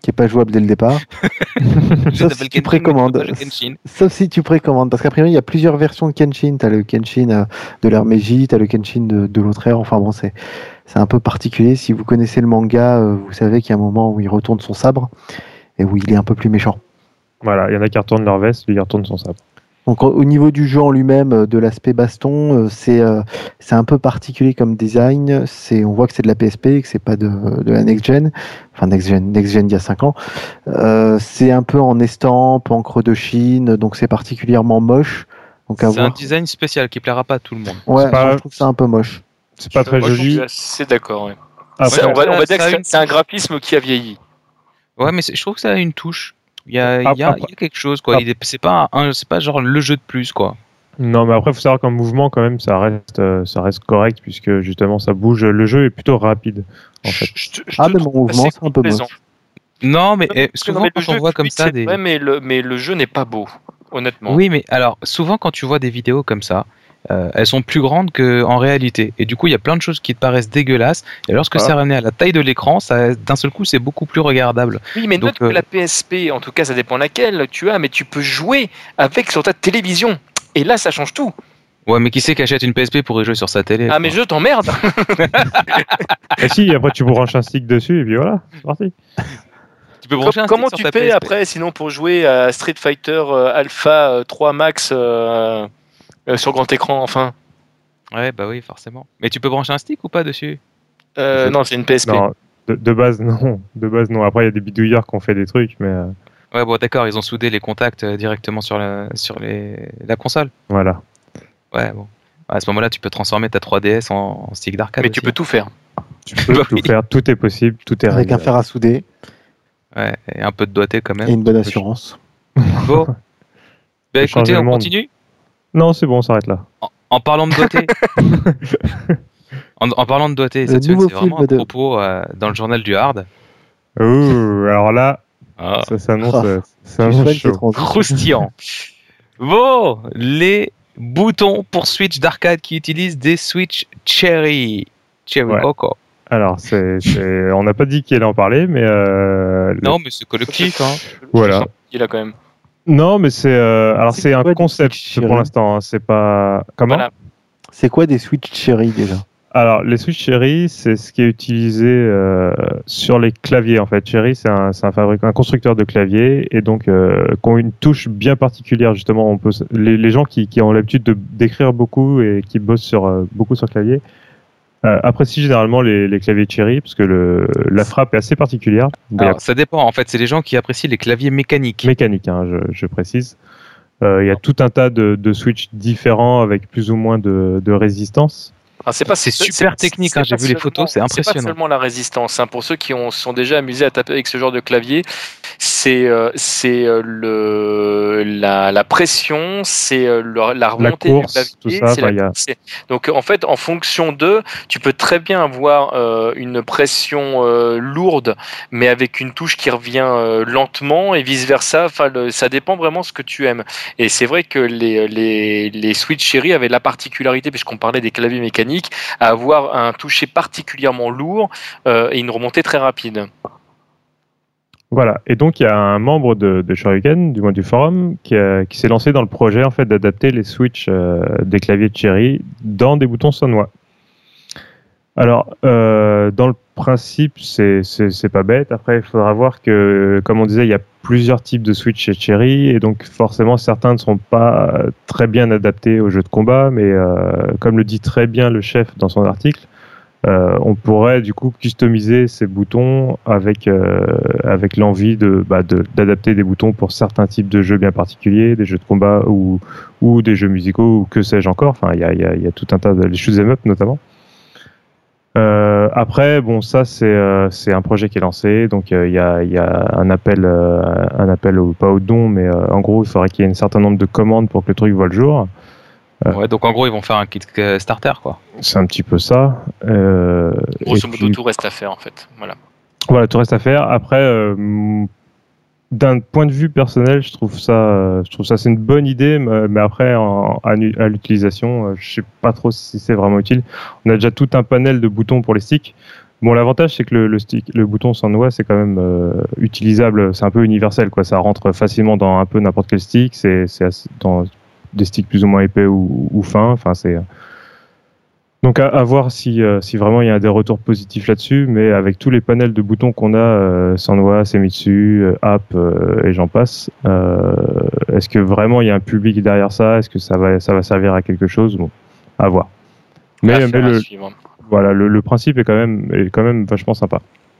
qui est pas jouable dès le départ. Sauf si tu précommandes. Sauf si tu précommandes. Parce qu'après, il y a plusieurs versions de Kenshin. Tu as le Kenshin euh, de l'ère Meiji, tu as le Kenshin de, de l'autre ère. Enfin bon, c'est, c'est un peu particulier. Si vous connaissez le manga, euh, vous savez qu'il y a un moment où il retourne son sabre et où il est un peu plus méchant. Voilà, il y en a qui retournent leur veste, lui il retourne son sabre. Donc au niveau du jeu en lui-même, de l'aspect baston, c'est euh, c'est un peu particulier comme design. C'est, on voit que c'est de la P S P, que c'est pas de, de la next gen, enfin next gen, next gen il y a cinq ans. Euh, c'est un peu en estampe, encre de Chine, donc c'est particulièrement moche. Donc à c'est voir. un design spécial qui plaira pas à tout le monde. Ouais, pas... je trouve ça un peu moche. C'est pas très Moi, joli. Je suis assez d'accord. Ouais. Ah, c'est, on va, on va dire que c'est, une... c'est un graphisme qui a vieilli. Ouais, mais c'est, je trouve que ça a une touche. Il y a, Après, il y a, il y a quelque chose, quoi. Il est, c'est pas un, c'est pas genre le jeu de plus, quoi. Non, mais après, il faut savoir qu'en mouvement, quand même, ça reste, euh, ça reste correct, puisque justement, ça bouge. Le jeu est plutôt rapide, en fait. Je, je, je ah, mais mon mouvement, c'est un peu moche. Non, mais eh, souvent, non, mais quand on voit comme ça des... Ouais, mais le, mais le jeu n'est pas beau, honnêtement. Oui, mais alors, souvent, quand tu vois des vidéos comme ça, euh, elles sont plus grandes qu'en réalité. Et du coup, il y a plein de choses qui te paraissent dégueulasses. Et lorsque ah. c'est ramené à la taille de l'écran, ça, d'un seul coup, c'est beaucoup plus regardable. Oui, mais note Donc, euh... que la P S P, en tout cas, ça dépend laquelle tu as, mais tu peux jouer avec sur ta télévision. Et là, ça change tout. Ouais, mais qui c'est qui achète une P S P pour y jouer sur sa télé? Ah, mais je t'emmerde. Et si, après, tu branches un stick dessus, et puis voilà, c'est parti. Tu peux brancher un Comment stick tu sur ta paies P S P après, sinon, pour jouer à Street Fighter euh, Alpha trois Max euh, euh, sur grand écran, enfin? Ouais, bah oui, forcément. Mais tu peux brancher un stick ou pas dessus? euh, Non, c'est une P S P. Non, de, de base, non. De base, non. Après, il y a des bidouilleurs qui ont fait des trucs, mais... Euh... Ouais, bon, d'accord, ils ont soudé les contacts directement sur la, sur les, la console. Voilà. Ouais, bon. À ce moment-là, tu peux transformer ta trois D S en, en stick d'arcade. Mais aussi. tu peux tout faire. Tu peux tout oui. faire, tout est possible, tout est Avec réglé. un fer à souder. Ouais, et un peu de doigté quand même. Et une bonne assurance. Bon. Bah écoutez, on continue? Non, c'est bon, on s'arrête là. En, en parlant de doigté. en, en parlant de doigté, cette semaine, c'est vraiment un de... propos euh, dans le journal du hard. Ouh, alors là, ah. ça s'annonce, ah. ça s'annonce chaud. Croustillant. Bon, les boutons pour Switch d'arcade qui utilisent des Switch Cherry. Cherry ouais. Coco. Alors, c'est, c'est... on n'a pas dit qui allait en parler, mais... Euh, non, le... mais c'est collectif. Hein. Voilà. Il a quand même. Non, mais c'est... Euh... Alors, c'est, c'est un concept pour l'instant. Hein. C'est pas... Comment voilà. C'est quoi des Switch Cherry, déjà? Alors, les Switch Cherry, c'est ce qui est utilisé euh, sur les claviers, en fait. Cherry, c'est un, c'est un fabricant, un constructeur de claviers, et donc, euh, qui ont une touche bien particulière, justement. On peut... les, les gens qui, qui ont l'habitude de, d'écrire beaucoup et qui bossent sur, euh, beaucoup sur clavier, Euh, apprécie généralement les, les claviers Cherry parce que le, la frappe est assez particulière. Alors, ça dépend, en fait, c'est les gens qui apprécient les claviers mécaniques. Mécaniques, hein, je, je précise. Il euh, y a tout un tas de, de switches différents avec plus ou moins de, de résistance. Ah, c'est pas, c'est super c'est, technique, c'est hein, j'ai vu les photos, c'est impressionnant. C'est pas seulement la résistance. Hein, pour ceux qui ont, sont déjà amusés à taper avec ce genre de clavier, c'est, euh, c'est euh, le, la, la pression, c'est euh, le, la remontée la course, du clavier. Tout ça, c'est bah, la, a... c'est, donc en fait, en fonction d'eux, tu peux très bien avoir euh, une pression euh, lourde, mais avec une touche qui revient euh, lentement et vice versa. Enfin, le, ça dépend vraiment ce que tu aimes. Et c'est vrai que les, les, les Switch Cherry avaient la particularité, puisqu'on parlait des claviers mécaniques, à avoir un toucher particulièrement lourd euh, et une remontée très rapide. Voilà, et donc il y a un membre de, de Shoryuken, du moins du forum, qui, a, qui s'est lancé dans le projet en fait d'adapter les switches euh, des claviers de Cherry dans des boutons Sonwa. Alors, euh, dans le principe, c'est, c'est, c'est pas bête. Après, il faudra voir que, comme on disait, il y a plusieurs types de Switch chez Cherry, et donc forcément, certains ne sont pas très bien adaptés aux jeux de combat, mais euh, comme le dit très bien le chef dans son article, euh, on pourrait du coup customiser ces boutons avec, euh, avec l'envie de, bah, de, d'adapter des boutons pour certains types de jeux bien particuliers, des jeux de combat ou, ou des jeux musicaux, ou que sais-je encore. Enfin, il y a, y a, y a tout un tas de... les shoot'em up notamment. Euh, après, bon, ça c'est euh, c'est un projet qui est lancé, donc il euh, y a il y a un appel euh, un appel au, pas au don, mais euh, en gros il faudrait qu'il y ait un certain nombre de commandes pour que le truc voit le jour. Euh, ouais, donc en gros ils vont faire un kit starter quoi. C'est un petit peu ça. Euh, Grosso modo, tout reste à faire en fait. Voilà. Voilà, tout reste à faire. Après. Euh, D'un point de vue personnel, je trouve ça, je trouve ça c'est une bonne idée, mais après en, à, à l'utilisation, je sais pas trop si c'est vraiment utile. On a déjà tout un panel de boutons pour les sticks, Bon, l'avantage, c'est que le, le, stick, le bouton Sandwa, c'est quand même euh, utilisable, c'est un peu universel, quoi. Ça rentre facilement dans un peu n'importe quel stick, c'est, c'est assez, dans des sticks plus ou moins épais ou, ou fins. Enfin, c'est... Donc, à, à voir si, euh, si vraiment il y a des retours positifs là-dessus, mais avec tous les panels de boutons qu'on a, euh, Sandwa, Semitsu, euh, App euh, et j'en passe, euh, est-ce que vraiment il y a un public derrière ça? Est-ce que ça va, ça va servir à quelque chose? Bon, à voir. Mais, mais le, voilà, le, le principe est quand même, est quand même vachement sympa.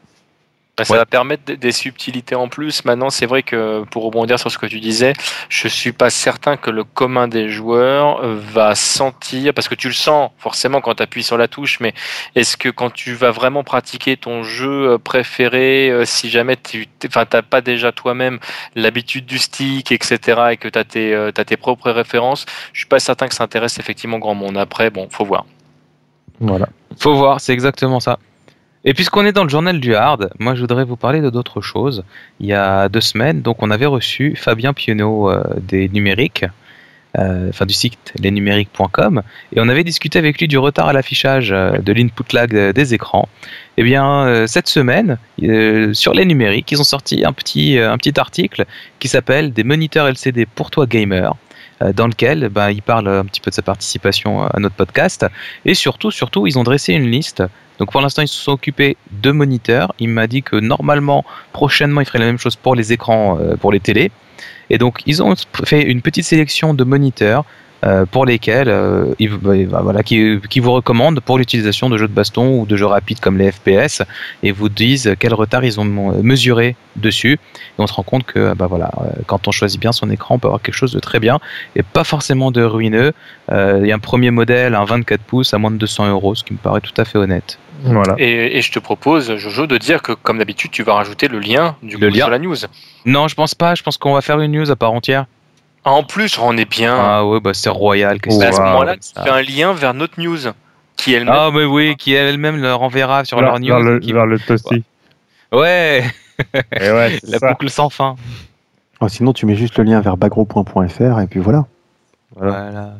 Bah, ça ouais. va permettre des subtilités en plus. Maintenant, c'est vrai que pour rebondir sur ce que tu disais, je suis pas certain que le commun des joueurs va sentir, parce que tu le sens forcément quand tu appuies sur la touche, mais est-ce que quand tu vas vraiment pratiquer ton jeu préféré, si jamais tu enfin, t'as pas déjà toi-même l'habitude du stick, et cetera, et que tu as tes, t'as tes propres références, je suis pas certain que ça intéresse effectivement grand monde. Après, bon, faut voir. Voilà. Faut voir, c'est exactement ça. Et puisqu'on est dans le journal du hard, moi je voudrais vous parler de d'autres choses. Il y a deux semaines, donc on avait reçu Fabien Pionneau euh, des numériques, euh, enfin du site lesnumériques point com, et on avait discuté avec lui du retard à l'affichage euh, de l'input lag euh, des écrans. Et bien euh, cette semaine, euh, sur les numériques, ils ont sorti un petit, euh, un petit article qui s'appelle « Des moniteurs L C D pour toi gamer ». Dans lequel ben, il parle un petit peu de sa participation à notre podcast, et surtout, surtout, ils ont dressé une liste. Donc pour l'instant, ils se sont occupés de moniteurs. Il m'a dit que normalement, prochainement, ils feraient la même chose pour les écrans, euh, pour les télés. Et donc, ils ont fait une petite sélection de moniteurs euh, pour lesquels euh, ils, bah, voilà, qui, qui vous recommandent pour l'utilisation de jeux de baston ou de jeux rapides comme les F P S, et vous disent quel retard ils ont mesuré dessus. Et on se rend compte que bah, voilà, quand on choisit bien son écran, on peut avoir quelque chose de très bien et pas forcément de ruineux. Euh, il y a un premier modèle, un vingt-quatre pouces à moins de deux cents euros, ce qui me paraît tout à fait honnête. Voilà. Et, et je te propose, Jojo, de dire que comme d'habitude, tu vas rajouter le lien du le coup, lien. sur la news. Non, je pense pas. Je pense qu'on va faire une news à part entière. Ah, en plus, on est bien. Ah ouais, bah c'est royal. Bah, à ce moment-là, tu fais un lien vers notre news, qui elle-même. Ah mais oui, qui elle-même le renverra sur vers, leur news. Vers le, qui... vers le toasty. Ouais. Et ouais, la ça. boucle sans fin. Oh, sinon, tu mets juste le lien vers bagro point f r et puis voilà. Voilà. voilà.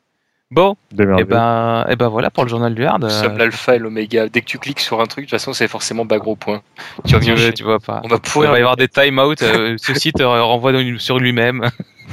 Bon, et ben, et ben voilà pour le journal du hard. Nous sommes l'alpha et l'oméga. Dès que tu cliques sur un truc, de toute façon, c'est forcément bagro point. Tu, tu, veux, tu vois pas. On va pouvoir. Il va y avoir des time-out. Euh, ce site renvoie sur lui-même.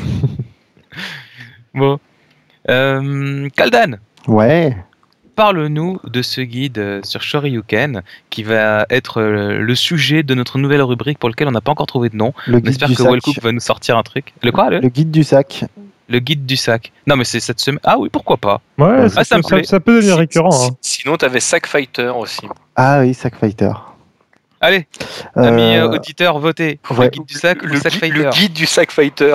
Bon. Euh, Kaldan. Ouais. Parle-nous de ce guide sur Shoryuken qui va être le sujet de notre nouvelle rubrique pour lequel on n'a pas encore trouvé de nom. Le guide J'espère du que sac. Wellcook va nous sortir un truc. Le quoi le, le guide du sac. Le guide du sac. Non mais c'est cette semaine. Ah oui, pourquoi pas. Ouais, ah, ça, ça, ça, ça peut devenir récurrent. Hein. Sinon, t'avais Sack Fighter aussi. Ah oui, Sack Fighter. Allez, euh... amis euh, auditeurs, votez. Ouais. Le guide du sac le, ou le Sack gui- Fighter. Le guide du Sack Fighter.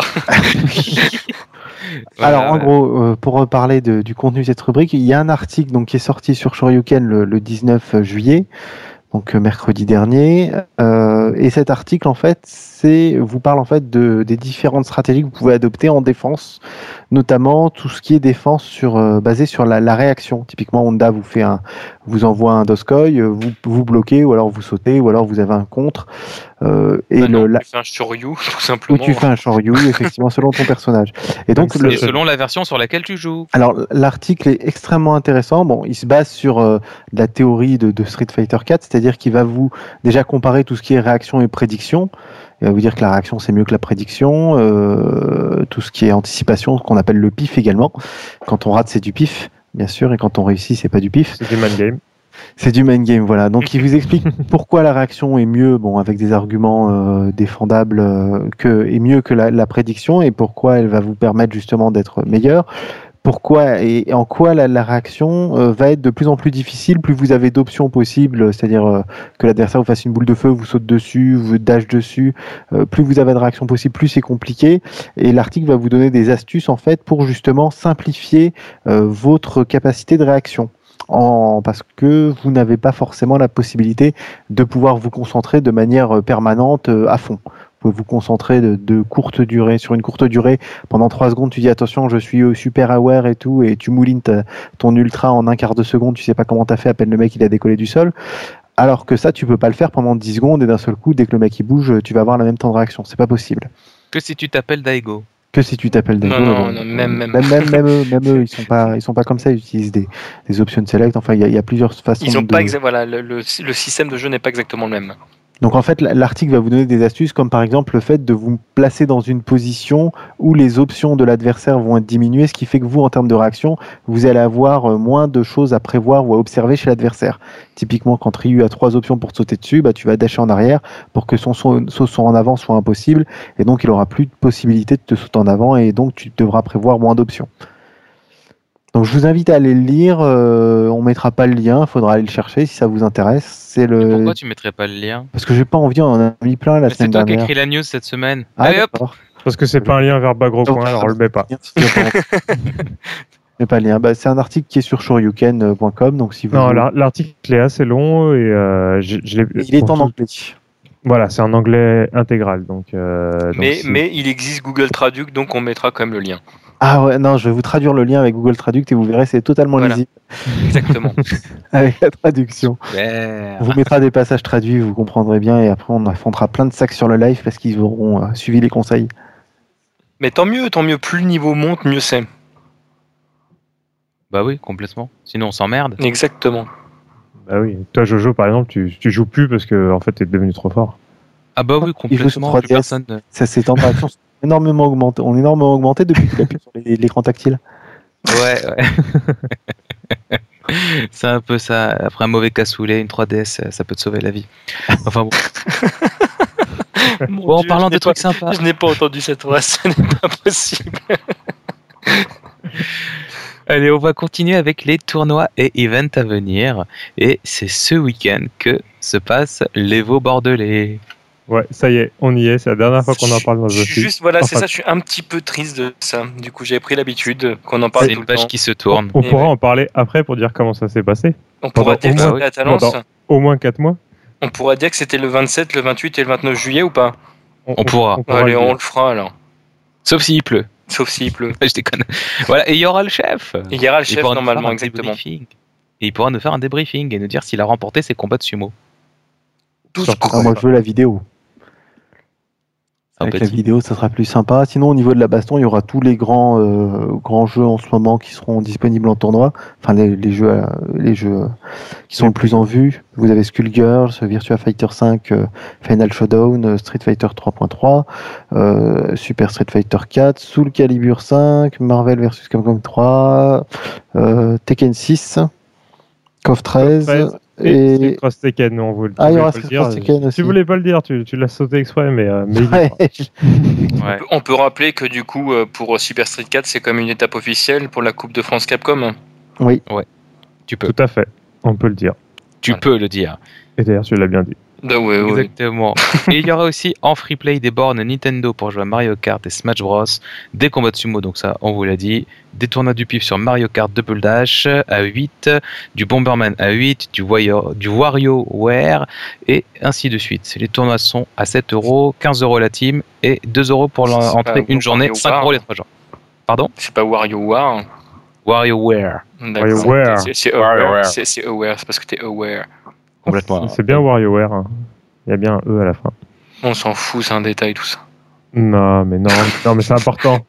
Voilà. Alors en gros, euh, pour parler de, du contenu de cette rubrique, il y a un article donc, qui est sorti sur Shoryuken le, le dix-neuf juillet, donc euh, mercredi dernier, euh, et cet article en fait, c'est vous parle en fait de, des différentes stratégies que vous pouvez adopter en défense, notamment tout ce qui est défense sur euh, basé sur la, la réaction. Typiquement, Honda vous fait un, vous envoie un Doskoi, vous vous bloquez ou alors vous sautez ou alors vous avez un contre. Euh, et bah le, non, la... tu fais un Shoryu, tout simplement. Ou tu fais un Shoryu, effectivement, selon ton personnage. Et donc, et le... selon la version sur laquelle tu joues. Alors, l'article est extrêmement intéressant. Bon, il se base sur euh, la théorie de, de Street Fighter quatre, c'est-à-dire qu'il va vous déjà comparer tout ce qui est réaction et prédiction. Il va vous dire que la réaction, c'est mieux que la prédiction. Euh, tout ce qui est anticipation, ce qu'on appelle le pif également. Quand on rate, c'est du pif, bien sûr, et quand on réussit, c'est pas du pif. C'est du man game. C'est du main game, voilà. Donc il vous explique pourquoi la réaction est mieux, bon, avec des arguments euh, défendables, euh, que est mieux que la, la prédiction, et pourquoi elle va vous permettre justement d'être meilleur. Pourquoi et en quoi la, la réaction euh, va être de plus en plus difficile, plus vous avez d'options possibles, c'est-à-dire euh, que l'adversaire vous fasse une boule de feu, vous saute dessus, vous dash dessus, euh, plus vous avez de réactions possibles, plus c'est compliqué. Et l'article va vous donner des astuces en fait pour justement simplifier euh, votre capacité de réaction. En, parce que vous n'avez pas forcément la possibilité de pouvoir vous concentrer de manière permanente euh, à fond. Vous pouvez vous concentrer de, de courte durée, sur une courte durée, pendant trois secondes, tu dis attention, je suis super aware et tout, et tu moulines ta, ton ultra en un quart de seconde, tu sais pas comment t'as fait, à peine le mec il a décollé du sol. Alors que ça, tu peux pas le faire pendant dix secondes, et d'un seul coup, dès que le mec il bouge, tu vas avoir le même temps de réaction. C'est pas possible. Que si tu t'appelles Daigo. Que si tu t'appelles Daigo. Non, non, euh, non, même, même. Même, même, même eux, même eux, ils sont pas, ils sont pas comme ça. Ils utilisent des, des options select. Enfin, il y, a- il y a plusieurs façons. Ils ont de... pas exa- voilà, le, le, le système de jeu n'est pas exactement le même. Donc en fait, l'article va vous donner des astuces, comme par exemple le fait de vous placer dans une position où les options de l'adversaire vont être diminuées, ce qui fait que vous, en termes de réaction, vous allez avoir euh, moins de choses à prévoir ou à observer chez l'adversaire. Typiquement, quand Ryu a trois options pour te sauter dessus, bah, tu vas dasher en arrière pour que son saut son, son en avant soit impossible, et donc il aura plus de possibilité de te sauter en avant, et donc tu devras prévoir moins d'options. Donc je vous invite à aller le lire, euh, on mettra pas le lien, il faudra aller le chercher si ça vous intéresse. C'est le... Pourquoi tu mettrais pas le lien? Parce que j'ai pas envie, on en a mis plein la Mais semaine c'est toi qui as dernière. écrit la news cette semaine. Ah, Allez hop. d'accord. Parce que c'est pas un lien vers bas gros point, alors on le met pas. Mais pas le lien. Bah, c'est un article qui est sur shoryuken point com, donc si vous. Non, voulez- la- l'article est assez long et euh, je, je l'ai. Il est pour en tout- anglais. Voilà, c'est en anglais intégral, donc. euh, donc Mais, si- mais il existe Google Traduc, donc on mettra quand même le lien. Ah ouais, non, je vais vous traduire le lien avec Google Traduct et vous verrez, c'est totalement Voilà. lisible Exactement. avec la traduction. Super. On vous mettra des passages traduits, vous comprendrez bien, et après on affrontera plein de sacs sur le live parce qu'ils auront euh, suivi les conseils. Mais tant mieux, tant mieux. Plus le niveau monte, mieux c'est. Bah oui, complètement. Sinon on s'emmerde. Exactement. Bah oui. Toi, Jojo, par exemple, tu, tu joues plus parce que en fait, t'es devenu trop fort. Ah bah oui, Il joue sur complètement. trois Plus D S. personne. ne- Ça, ces temps de réaction sont énormément augmenté, ont énormément augmenté depuis qu'il appuie sur les- l'écran tactile. Ouais, ouais. C'est un peu ça. Après un mauvais cassoulet, une trois D S, ça peut te sauver la vie. Enfin bon. Mon Bon, en Dieu, parlant je de n'ai trucs pas- sympas. Je n'ai pas entendu cette phrase, ce n'est pas possible. Allez, on va continuer avec les tournois et events à venir. Et c'est ce week-end que se passe l'Evo Bordelais. Ouais, ça y est, on y est. C'est la dernière fois qu'on en parle dans le Je jeu. suis juste, voilà, c'est Enfin, ça, je suis un petit peu triste de ça. Du coup, j'avais pris l'habitude qu'on en parle C'est tout une le page temps. qui se tourne. On Et pourra ouais. en parler après pour dire comment ça s'est passé. On pourra pendant dire au que moins- c'était à Talence. pendant- Au moins quatre mois. On pourra dire que c'était le vingt-sept, le vingt-huit et le vingt-neuf juillet ou pas? On pourra. Allez, le on dire. le fera alors. Sauf s'il pleut. Sauf s'il pleut. Je déconne. Voilà, et il y aura le chef. Il y aura le Il chef pourra nous faire normalement, un exactement. débriefing. Et il pourra nous faire un débriefing et nous dire s'il a remporté ses combats de sumo. Tout Surtout Ah, moi, je veux la vidéo. Un Avec la petit. vidéo, ça sera plus sympa. Sinon, au niveau de la baston, il y aura tous les grands, euh, grands jeux en ce moment qui seront disponibles en tournoi. Enfin, les, les jeux, euh, les jeux euh, qui sont le plus en vue. Vous avez Skullgirls, Virtua Fighter cinq, euh, Final Showdown, euh, Street Fighter trois point trois, euh, Super Street Fighter quatre, Soul Calibur cinq, Marvel versus. Capcom trois, euh, Tekken six, KOF treize. treize, Et, Et... Street Cross Tekken, on vous le Ah, il y voulez aura pas le Street dire. Cross Tekken aussi. Tu voulais pas le dire, tu, tu l'as sauté exprès, mais, euh, mais il est Ouais, pas. Ouais. On peut rappeler que du coup, euh, pour Super Street quatre, c'est comme une étape officielle pour la Coupe de France Capcom. oui. Tu peux. Tout à fait, on peut le dire. Tu Voilà. peux le dire. Et d'ailleurs, tu l'as bien dit. Ah ouais, ouais. Exactement. Et il y aura aussi en free play des bornes Nintendo pour jouer à Mario Kart et Smash Bros. Des combats de sumo, donc ça, on vous l'a dit. Des tournois du pif sur Mario Kart Double Dash à huit, du Bomberman à huit, du, Wario, du WarioWare et ainsi de suite. Les tournois sont à sept euros, quinze euros la team et deux euros pour C'est l'entrée pas une journée, WarioWare. cinq euros les trois jours. Pardon? C'est pas WarioWare. WarioWare. D'accord. WarioWare. C'est- C'est WarioWare. aware. C'est c'est aware, c'est parce que t'es aware. Complètement. C'est bien WarioWare. Hein. Il y a bien un E à la fin. On s'en fout, c'est un détail tout ça. Non, mais non, non mais c'est important.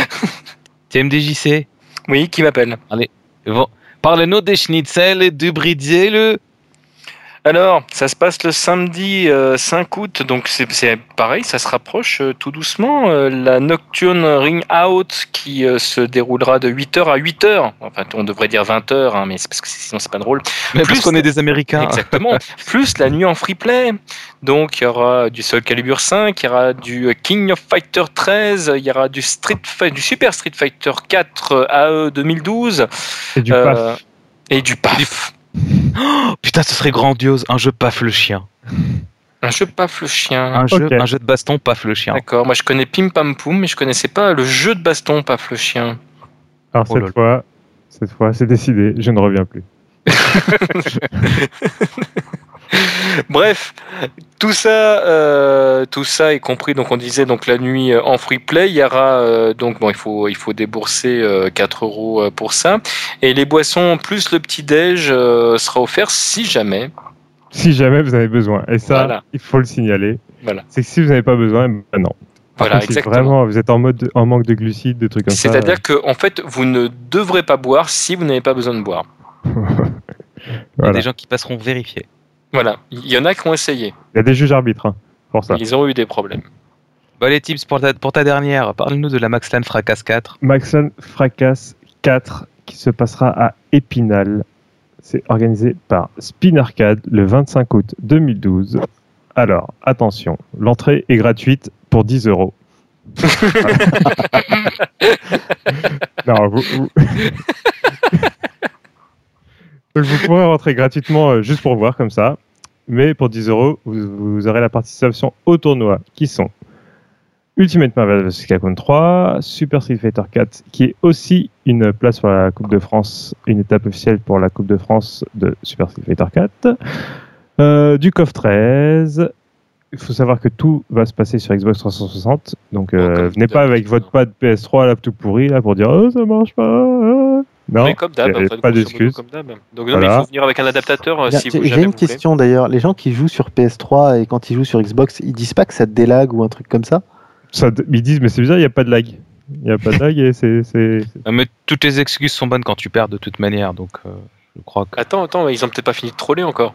T M D J C. Oui, qui m'appelle? Bon. Parle-nous des schnitzel et du britzel. Alors, ça se passe le samedi euh, cinq août, donc c'est c'est pareil, ça se rapproche euh, tout doucement. Euh, la Nocturne Ring Out qui euh, se déroulera de huit heures à huit heures. Enfin, on devrait dire vingt heures, hein, mais c'est parce que sinon c'est pas drôle. Mais Plus- parce qu'on est des Américains. Exactement. Plus la nuit en free play. Donc il y aura du Soul Calibur cinq, il y aura du King of Fighter treize, il y aura du Street Fi- du Super Street Fighter quatre A E deux mille douze Et du euh, paf. et du P A F. Oh, putain, ce serait grandiose. Un jeu paf le chien. Un jeu paf le chien. Un jeu, Ok. un jeu de baston paf le chien. D'accord. Moi je connais Pim Pam Poum, mais je connaissais pas le jeu de baston paf le chien. Alors Oh cette là là. fois, cette fois, c'est décidé, je ne reviens plus. Bref, tout ça, euh, tout ça est compris. Donc on disait donc la nuit euh, en free play, il y aura euh, donc bon il faut il faut débourser euh, quatre euros euh, pour ça et les boissons plus le petit déj euh, sera offert si jamais. Si jamais vous avez besoin. Et ça, Voilà. il faut le signaler. Voilà. C'est que si vous n'avez pas besoin, ben non. Voilà, contre, si exactement. Vraiment, vous êtes en mode en manque de glucides, des trucs comme ça. C'est-à-dire que en fait, vous ne devrez pas boire si vous n'avez pas besoin de boire. Il y a Voilà. des gens qui passeront vérifier. Voilà, il y en a qui ont essayé. Il y a des juges arbitres hein, pour ça. Ils ont eu des problèmes. Bon, les tips pour ta, pour ta dernière. Parle-nous de la Maxlan Fracas quatre. Maxlan Fracas quatre qui se passera à Épinal. C'est organisé par Spin Arcade le vingt-cinq août deux mille douze. Alors, attention, l'entrée est gratuite pour dix euros. Non, vous, vous... Donc, vous pourrez rentrer gratuitement euh, juste pour voir comme ça. Mais pour dix euros, vous, vous aurez la participation au tournoi qui sont Ultimate Marvel versus. Capcom trois, Super Street Fighter quatre, qui est aussi une place pour la Coupe de France, une étape officielle pour la Coupe de France de Super Street Fighter quatre, euh, du C O F treize. Il faut savoir que tout va se passer sur Xbox trois cent soixante, donc euh, Oh, venez pas avec votre pad P S trois là tout pourri là pour dire oh ça marche pas. euh. Non, Mais comme d'hab, y a en fait, pas grosso modo, d'excuses. comme d'hab. Donc non, Voilà. mais il faut venir avec un adaptateur euh, Bien, si j'ai vous j'ai jamais une vous voulez. question d'ailleurs. Les gens qui jouent sur P S trois et quand ils jouent sur Xbox, ils disent pas que ça délag ou un truc comme ça? Ça, ils disent mais c'est bizarre, il n'y a pas de lag. Il n'y a pas de lag et c'est... c'est- Euh, Mais toutes les excuses sont bonnes quand tu perds de toute manière, donc euh, je crois que... Attends, attends, ils ont peut-être pas fini de troller encore.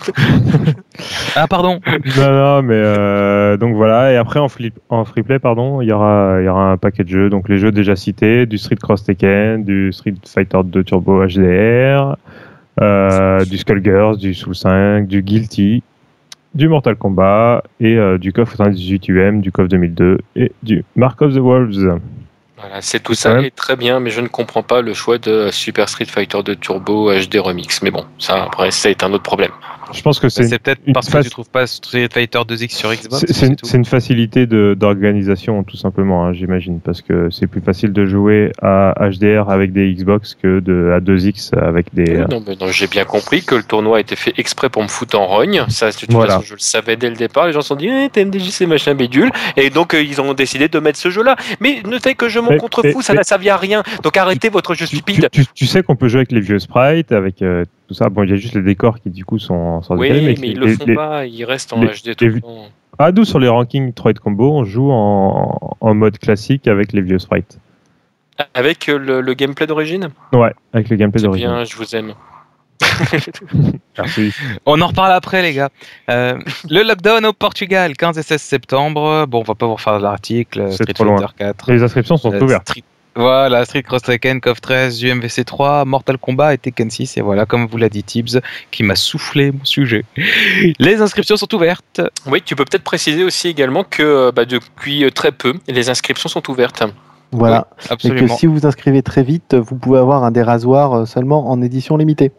Ah, pardon. Non, non, mais euh, donc voilà. Et après, en, flip, en free play, pardon, il y aura, il y aura un paquet de jeux. Donc les jeux déjà cités, du Street Cross Tekken, du Street Fighter deux Turbo H D R, euh, du Skullgirls, du Soul cinq, du Guilty, du Mortal Kombat et euh, du C O F quatre-vingt-dix-huit U M, du C O F deux mille deux et du Mark of the Wolves. Voilà, c'est tout ça Ouais. est très bien, mais je ne comprends pas le choix de Super Street Fighter deux Turbo H D Remix. Mais bon, ça après, c'est un autre problème. Je pense que c'est C'est peut-être une parce que phase- tu trouves pas Street Fighter deux X sur Xbox. C'est- ou C'est une, tout c'est une facilité de- d'organisation, tout simplement, hein, j'imagine, parce que c'est plus facile de jouer à H D R avec des Xbox que de, à deux X avec des. Oui, non, mais non, j'ai bien compris que le tournoi a été fait exprès pour me foutre en rogne. Ça, de toute Voilà. façon, je le savais dès le départ. Les gens se sont dit, eh, T M D J C machin bidule. Et donc, euh, ils ont décidé de mettre ce jeu-là. Mais ne fait que je m'en Mais- contrefous, mais- ça n'a servi à rien. Donc, arrêtez votre jeu Tu, stupide. tu- tu sais qu'on peut jouer avec les vieux sprites, avec euh, tout ça. Bon, il y a juste les décors qui, du coup, sont sans Oui, déconner, mais, les- ils le les- font les- pas. Ils restent en les- H D tout les- le temps. Ah, d'où sur les rankings trois de combo, on joue en, en mode classique avec les vieux sprites. Avec euh, le, le gameplay d'origine. Ouais, avec le gameplay C'est d'origine. bien, je vous aime. Merci. On en reparle après, les gars. Euh, le lockdown au Portugal, quinze et seize septembre. Bon, on va pas vous refaire l'article. C'est Street trop loin. Fighter quatre. Les inscriptions sont Euh, ouvertes. Street- Voilà, Street Cross Tekken, C O F treize, U M V C trois, Mortal Kombat et Tekken six. Et voilà, comme vous l'a dit Tibbs, qui m'a soufflé mon sujet. Les inscriptions sont ouvertes. Oui, tu peux peut-être préciser aussi également que euh, bah, depuis euh, très peu, les inscriptions sont ouvertes. Voilà. Et que Absolument. si vous vous inscrivez très vite, vous pouvez avoir un des rasoirs euh, seulement en édition limitée.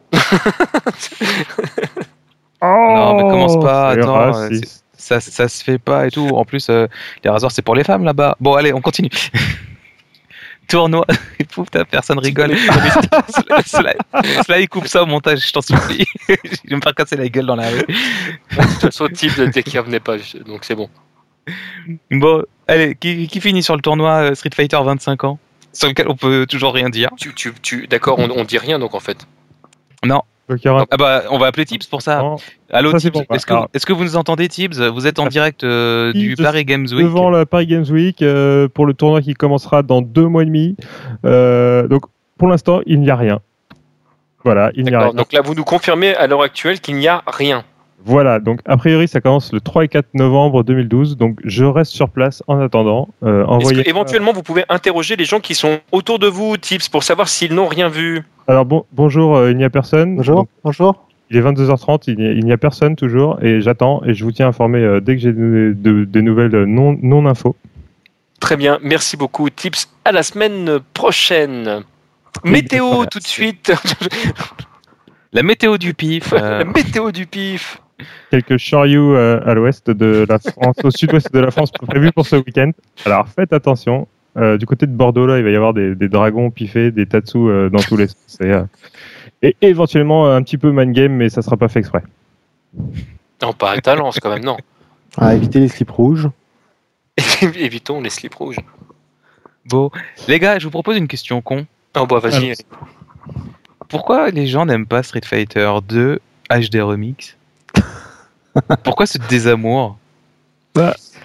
Non, mais commence pas, c'est attends, raciste. Ça, ça se fait pas et tout. En plus, euh, les rasoirs, c'est pour les femmes là-bas. Bon, allez, on continue. Tournoi. Pouf, ta personne rigole. cela, cela, cela, il coupe ça au montage, je t'en supplie. Je vais me faire casser la gueule dans la rue. De toute façon, type dès qu'il revenait pas, donc c'est bon. Bon, allez, qui, qui finit sur le tournoi euh, Street Fighter vingt-cinq ans, sur lequel on peut toujours rien dire. Tu, tu, tu, D'accord, on, on dit rien donc en fait. Non. Donc, il y aura- Ah bah, on va appeler Tibbs pour ça. Non, Allô, ça, c'est Tibbs, bon. est-ce que, Alors- est-ce que vous nous entendez, Tibbs? Vous êtes en direct euh, du Tibbs, Paris Games Week. devant la Paris Games Week euh, pour le tournoi qui commencera dans deux mois et demi. Euh, donc pour l'instant, il n'y a rien. Voilà, il n'y a D'accord. rien. Donc là, vous nous confirmez à l'heure actuelle qu'il n'y a rien. Voilà, donc a priori ça commence le trois et quatre novembre deux mille douze. Donc je reste sur place en attendant. Euh, Est-ce envoyez... que, éventuellement, vous pouvez interroger les gens qui sont autour de vous, Tips, pour savoir s'ils n'ont rien vu. Alors bon, bonjour, euh, il n'y a personne. Bonjour, Donc, bonjour. il est vingt-deux heures trente, il n'y a, il n'y a personne toujours et j'attends et je vous tiens informé euh, dès que j'ai des de, de nouvelles euh, non, non infos. Très bien, merci beaucoup, Tips. À la semaine prochaine. Météo, merci. tout de suite. La météo du pif. euh, La météo du pif. Quelques chariots euh, à l'ouest de la France, au sud-ouest de la France prévus pour ce week-end. Alors faites attention. Euh, du côté de Bordeaux, là, il va y avoir des, des dragons piffés, des tatsus euh, dans tous les sens. Et, euh, et éventuellement un petit peu man game, mais ça sera pas fait exprès. Non, pas à Talence quand même, non. À éviter les slips rouges. Évitons les slips rouges. Bon, les gars, je vous propose une question con. Oh, bah vas-y. Alors, Pourquoi les gens n'aiment pas Street Fighter deux H D Remix? Pourquoi ce désamour?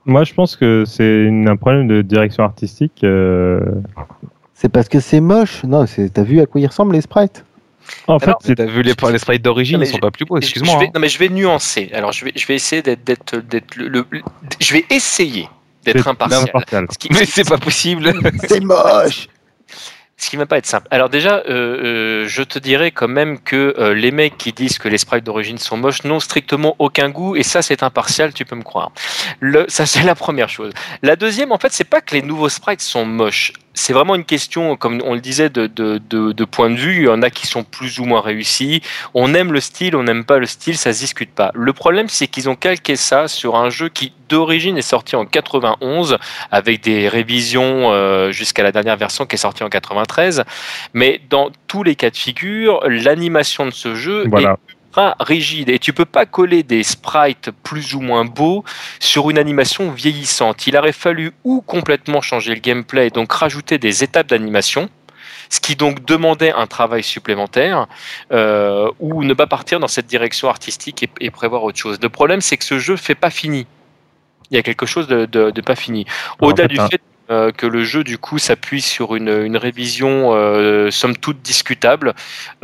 Moi, je pense que c'est une- un problème de direction artistique. euh, C'est parce que c'est moche. Non, c'est- t'as vu à quoi ils ressemblent les sprites? En fait, Alors, c'est T'as vu les, les sprites d'origine, Non, ils mais sont je- pas plus beaux, Je- excuse-moi. Je vais, hein. non mais je vais nuancer. Alors je vais, je vais essayer d'être, d'être, d'être le, le- le- je vais essayer d'être c'est impartial. impartial. Ce qui, Mais c'est pas possible. C'est moche. ce qui va pas être simple. Alors déjà, euh, euh, je te dirais quand même que euh, les mecs qui disent que les sprites d'origine sont moches n'ont strictement aucun goût, et ça c'est impartial, tu peux me croire. Le, ça c'est la première chose. La deuxième, en fait, c'est pas que les nouveaux sprites sont moches. C'est vraiment une question, comme on le disait, de, de, de, de point de vue. Il y en a qui sont plus ou moins réussis. On aime le style, on n'aime pas le style, ça se discute pas. Le problème, c'est qu'ils ont calqué ça sur un jeu qui, d'origine, est sorti en quatre-vingt-onze, avec des révisions euh, jusqu'à la dernière version qui est sortie en quatre-vingt-treize. Mais dans tous les cas de figure, l'animation de ce jeu Voilà. est ultra rigide, et tu peux pas coller des sprites plus ou moins beaux sur une animation vieillissante. Il aurait fallu ou complètement changer le gameplay, donc rajouter des étapes d'animation, ce qui donc demandait un travail supplémentaire, euh, ou ne pas partir dans cette direction artistique et, et prévoir autre chose. Le problème, c'est que ce jeu fait pas fini. Il y a quelque chose de, de, de pas fini. Au-delà En fait, du un- fait euh, que le jeu du coup s'appuie sur une, une révision euh, somme toute discutable,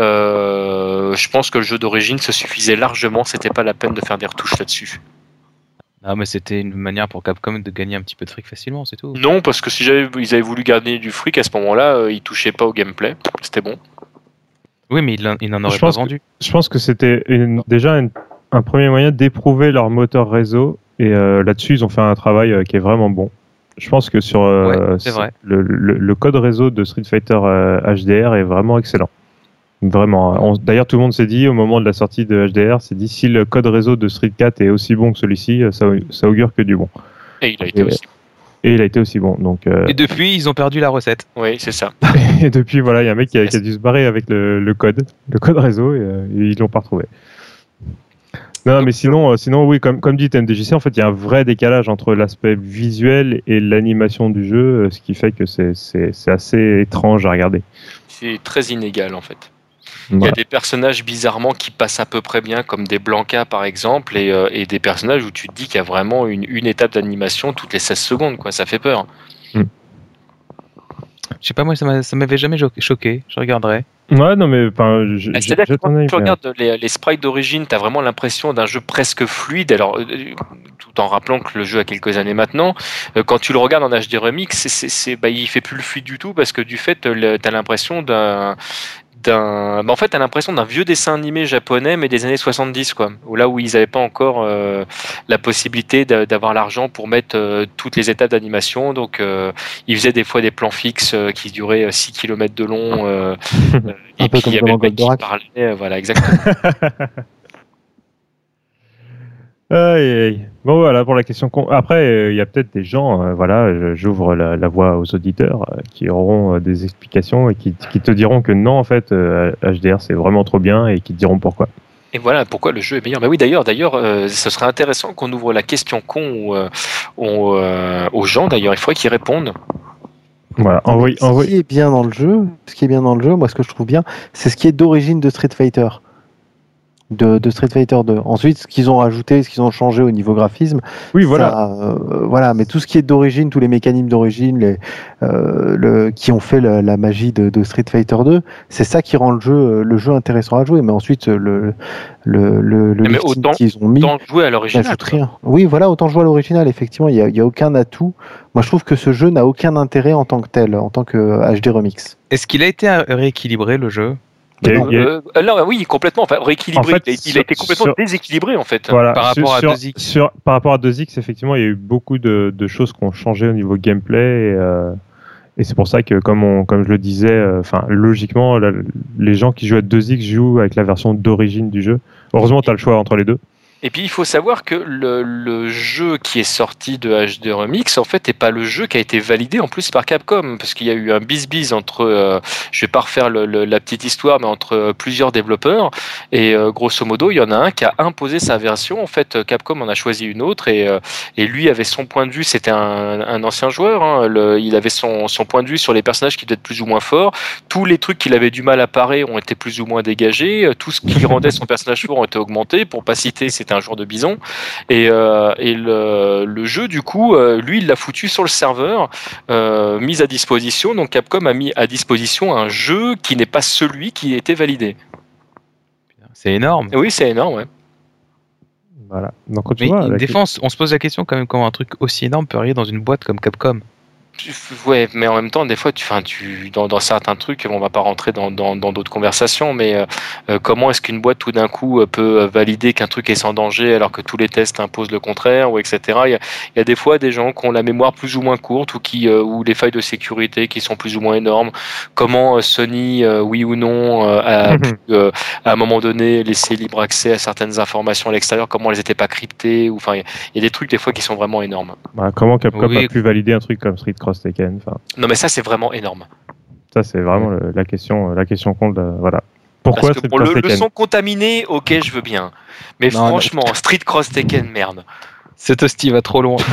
euh, je pense que le jeu d'origine se suffisait largement, c'était pas la peine de faire des retouches là-dessus. Ah, mais c'était une manière pour Capcom de gagner un petit peu de fric facilement, c'est tout. Non, parce que si j'avais, ils avaient voulu garder du fric à ce moment-là, euh, ils touchaient pas au gameplay, c'était bon. Oui, mais il, en- il n'en aurait Je pas pense que- vendu. Je pense que c'était une- déjà une- un premier moyen d'éprouver leur moteur réseau, et euh, là-dessus, ils ont fait un travail euh, qui est vraiment bon. Je pense que sur euh, Ouais, c'est vrai. Le, le- le code réseau de Street Fighter euh, H D R est vraiment excellent. Vraiment. On- D'ailleurs, tout le monde s'est dit au moment de la sortie de H D R, s'est dit si le code réseau de Street quatre est aussi bon que celui-ci, ça, ça augure que du bon. Et il a été Et- aussi. Et il a été aussi bon. Donc, euh, Et depuis, ils ont perdu la recette. Oui, c'est ça. et depuis, voilà, il y a un mec qui a, qui a dû se barrer avec le, le code, le code réseau, et, euh, et ils l'ont pas retrouvé. Non, mais sinon, euh, sinon, oui, comme, comme dit T M D J C, en fait, il y a un vrai décalage entre l'aspect visuel et l'animation du jeu, euh, ce qui fait que c'est c'est- c'est assez étrange à regarder. C'est très inégal en fait. Il y a Voilà. des personnages bizarrement qui passent à peu près bien, comme des Blanca par exemple, et, euh, et des personnages où tu te dis qu'il y a vraiment une, une étape d'animation toutes les seize secondes, quoi. Ça fait peur. Je sais pas, moi, ça m'a- ça m'avait jamais cho- choqué. Je regarderai. Ouais, non, mais enfin, je- Ah, je- C'est-à-dire que jette un quand œil, tu mais- regardes les, les sprites d'origine, tu as vraiment l'impression d'un jeu presque fluide, alors, euh, tout en rappelant que le jeu a quelques années maintenant. Euh, quand tu le regardes en H D Remix, c'est, c'est, c'est, bah, il fait plus le fluide du tout, parce que du fait, tu as l'impression d'un... d'un bah, en fait, tu as l'impression d'un vieux dessin animé japonais, mais des années soixante-dix, quoi. Où là où ils n'avaient pas encore euh, la possibilité d'a- d'avoir l'argent pour mettre euh, toutes les étapes d'animation. Donc, euh, ils faisaient des fois des plans fixes euh, qui duraient six kilomètres de long. euh, euh, Un et peu puis, comme il y avait dans le mec qui Goldorak. parlait. euh, Voilà, exactement. Aïe, aïe, aïe. Bon, voilà pour la question. con- Après, euh, il y a peut-être des gens, euh, voilà, je- j'ouvre la, la voie aux auditeurs euh, qui auront euh, des explications et qui, qui te diront que non, en fait, euh, H D R c'est vraiment trop bien, et qui te diront pourquoi. Et voilà pourquoi le jeu est meilleur. Mais oui, d'ailleurs, d'ailleurs, euh, ce serait intéressant qu'on ouvre la question con aux, euh, aux, euh, aux gens. D'ailleurs, il faudrait qu'ils répondent. Voilà, envoyez. Ce envoyez- qui est bien dans le jeu, ce qui est bien dans le jeu, moi ce que je trouve bien, c'est ce qui est d'origine de Street Fighter. De, de Street Fighter deux. Ensuite, ce qu'ils ont rajouté, ce qu'ils ont changé au niveau graphisme, Oui, voilà. ça, euh, voilà. Mais tout ce qui est d'origine, tous les mécanismes d'origine, les, euh, le, qui ont fait la, la magie de, de Street Fighter deux, c'est ça qui rend le jeu, le jeu intéressant à jouer. Mais ensuite, le, le, le, le Mais lifting autant- qu'ils ont mis, Tant jouer à l'original. n'ajoute rien. Oui, voilà, autant jouer à l'original. Effectivement, il n'y a, il y a aucun atout. Moi, je trouve que ce jeu n'a aucun intérêt en tant que tel, en tant que H D Remix. Est-ce qu'il a été rééquilibré, le jeu? Il y a- non, il y a- Euh, euh, non, oui, complètement. Enfin, rééquilibré. En fait, il, a, il a sur- été complètement sur- déséquilibré en fait. Voilà, Par sur- rapport à sur- deux X. sur- par rapport à deux X, effectivement, il y a eu beaucoup de, de choses qui ont changé au niveau gameplay. Et, euh, et c'est pour ça que, comme, on, comme je le disais, euh, enfin, logiquement, la- les gens qui jouent à deux X jouent avec la version d'origine du jeu. Heureusement, tu as le choix entre les deux. Et puis il faut savoir que le, le jeu qui est sorti de H D Remix en fait n'est pas le jeu qui a été validé en plus par Capcom, parce qu'il y a eu un bis-bis entre, euh, je vais pas refaire le, le, la petite histoire, mais entre euh, plusieurs développeurs, et euh, grosso modo il y en a un qui a imposé sa version. En fait, Capcom en a choisi une autre, et, euh, et lui avait son point de vue. C'était un, un ancien joueur, hein, le, il avait son, son point de vue sur les personnages qui devaient être plus ou moins forts. Tous les trucs qu'il avait du mal à parer ont été plus ou moins dégagés. Tout ce qui rendait son personnage fort ont été augmentés. Pour pas citer, c'était c'était un joueur de Bison. Et, euh, et le, le jeu, du coup, euh, lui, il l'a foutu sur le serveur, euh, mis à disposition. Donc Capcom a mis à disposition un jeu qui n'est pas celui qui était validé. C'est énorme. Et oui, c'est énorme, ouais. Voilà. Donc, quand tu Mais vois, la- des fois, on, s- on se pose la question quand même comment un truc aussi énorme peut arriver dans une boîte comme Capcom. Tu- Ouais, mais en même temps, des fois, tu, enfin, tu, dans, dans certains trucs, on va pas rentrer dans dans dans d'autres conversations, mais euh, euh, comment est-ce qu'une boîte tout d'un coup euh, peut euh, valider qu'un truc est sans danger alors que tous les tests imposent le contraire, ou et cetera. Il y a, il y a des fois des gens qui ont la mémoire plus ou moins courte ou qui euh, ou les failles de sécurité qui sont plus ou moins énormes. Comment euh, Sony, euh, oui ou non, euh, a pu euh, à un moment donné laisser libre accès à certaines informations à l'extérieur, comment elles étaient pas cryptées, ou enfin, il y, a- il y a des trucs des fois qui sont vraiment énormes. bah, comment Capcom Oui. a pu valider un truc comme Street Cross Tekken. Enfin, Non, mais ça, c'est vraiment énorme. ça, c'est vraiment le- la question, la question qu'on euh, voilà. Pourquoi Parce que Street pour Cross le, le Tekken son contaminé, ok, je veux bien. Mais Non, franchement, Street Cross Tekken, merde. Cet hostie va trop loin.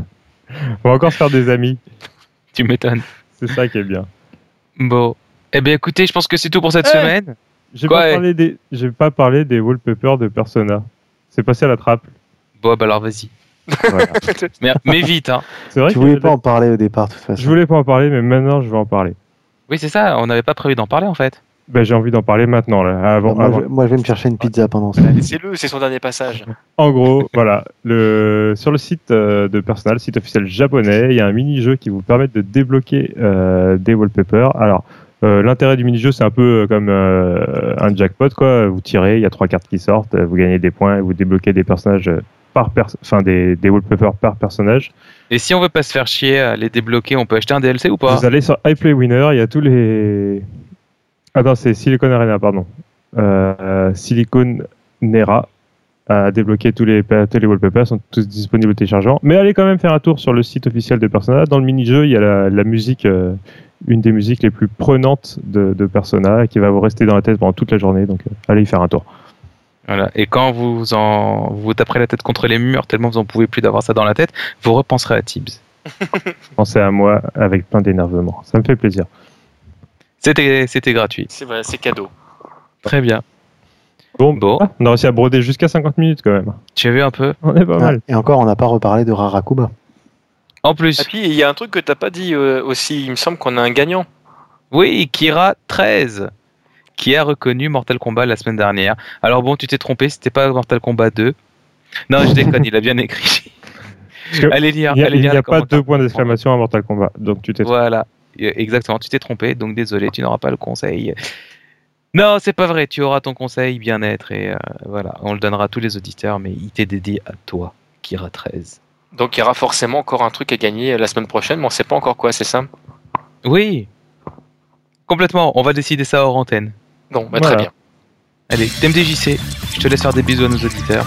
On va encore se faire des amis. Tu m'étonnes. C'est ça qui est bien. Bon. Eh bien, écoutez, je pense que c'est tout pour cette Eh semaine. J'ai Quoi, pas ouais. parlé des, j'ai pas parlé des wallpapers de Persona. C'est passé à la trappe. Bon, bah alors vas-y. Voilà. Mais, mais vite, hein. C'est vrai Tu que voulais pas en parler au départ, de toute façon. je voulais pas en parler, mais maintenant je vais en parler. Oui, c'est ça, on n'avait pas prévu d'en parler en fait. Ben, j'ai envie d'en parler maintenant là. Avant, moi, avant. je, moi, je vais me chercher une pizza pendant ça. Laissez-le, c'est son dernier passage. En gros, voilà, le, sur le site euh, de Persona, le site officiel japonais, il y a un mini-jeu qui vous permet de débloquer euh, des wallpapers. Alors, euh, l'intérêt du mini-jeu, c'est un peu comme euh, un jackpot, quoi. Vous tirez, il y a trois cartes qui sortent, vous gagnez des points et vous débloquez des personnages par pers- enfin des, des wallpapers par personnage. Et si on veut pas se faire chier à les débloquer, on peut acheter un D L C ou pas? Vous allez sur iPlay Winner, il y a tous les... Ah non, c'est Silicon Arena, pardon. Euh, Silicon Nera a débloqué tous les, tous les wallpapers, sont tous disponibles au téléchargement. Mais allez quand même faire un tour sur le site officiel de Persona. Dans le mini-jeu, il y a la, la musique, euh, une des musiques les plus prenantes de, de Persona, qui va vous rester dans la tête pendant toute la journée. Donc euh, allez y faire un tour. Voilà. Et quand vous en vous taperez la tête contre les murs tellement vous en pouvez plus d'avoir ça dans la tête, vous repenserez à Tibbs. Pensez à moi avec plein d'énervement. Ça me fait plaisir. C'était c'était gratuit. C'est vrai, c'est cadeau. Très bien. Bon, Bon. ah, on a réussi à broder jusqu'à cinquante minutes quand même. Tu as vu un peu? On est pas Ah, mal. et encore, on n'a pas reparlé de Rarakuba. En plus, Et puis, il y a un truc que t'as pas dit euh, aussi. Il me semble qu'on a un gagnant. oui, Kira treize, qui a reconnu Mortal Kombat la semaine dernière. Alors bon, tu t'es trompé, c'était pas Mortal Kombat deux. Non, je déconne, il a bien écrit. Parce que Allez lire, il n'y a, allez il y lire a les pas commentaires. deux points d'exclamation à Mortal Kombat. Donc tu t'es Voilà, Euh, exactement, tu t'es trompé, donc désolé, tu n'auras pas le conseil. Non, c'est pas vrai, tu auras ton conseil bien-être et euh, voilà, on le donnera à tous les auditeurs, mais il t'est dédié à toi, Kira treize. Donc, il y aura forcément encore un truc à gagner la semaine prochaine, mais on sait pas encore quoi, c'est ça? Oui, complètement, on va décider ça hors antenne. Bon, bah, Voilà. très bien. Allez, T M D J C, je te laisse faire des bisous à nos auditeurs.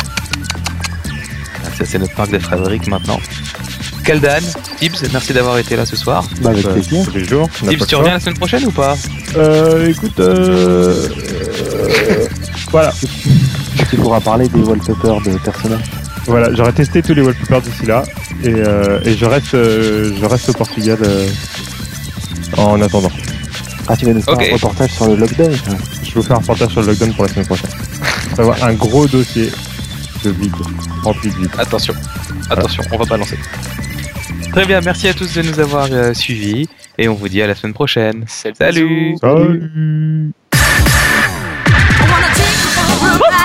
Ah, ça, c'est notre marque de fabrique maintenant. Kaldan, Tibbs, merci d'avoir été là ce soir. Bah, avec euh, plaisir. tous les jours. on n'a Tibbs, pas tu le reviens choix. la semaine prochaine ou pas? Euh, écoute, euh... euh, voilà. Tu pourras parler des wallpapers de Persona. Voilà, j'aurais testé tous les wallpapers d'ici là et, euh, et je reste, euh, je reste au Portugal euh, en attendant. Ah, tu vas nous faire Ok. un reportage sur le lockdown. Je vais vous faire un reportage sur le lockdown pour la semaine prochaine. Ça va avoir un gros dossier de vide, rempli de vide. Attention, attention, on va pas lancer. Très bien, merci à tous de nous avoir euh, suivis et on vous dit à la semaine prochaine. Salut. Salut. Salut. I wanna take you for a ride.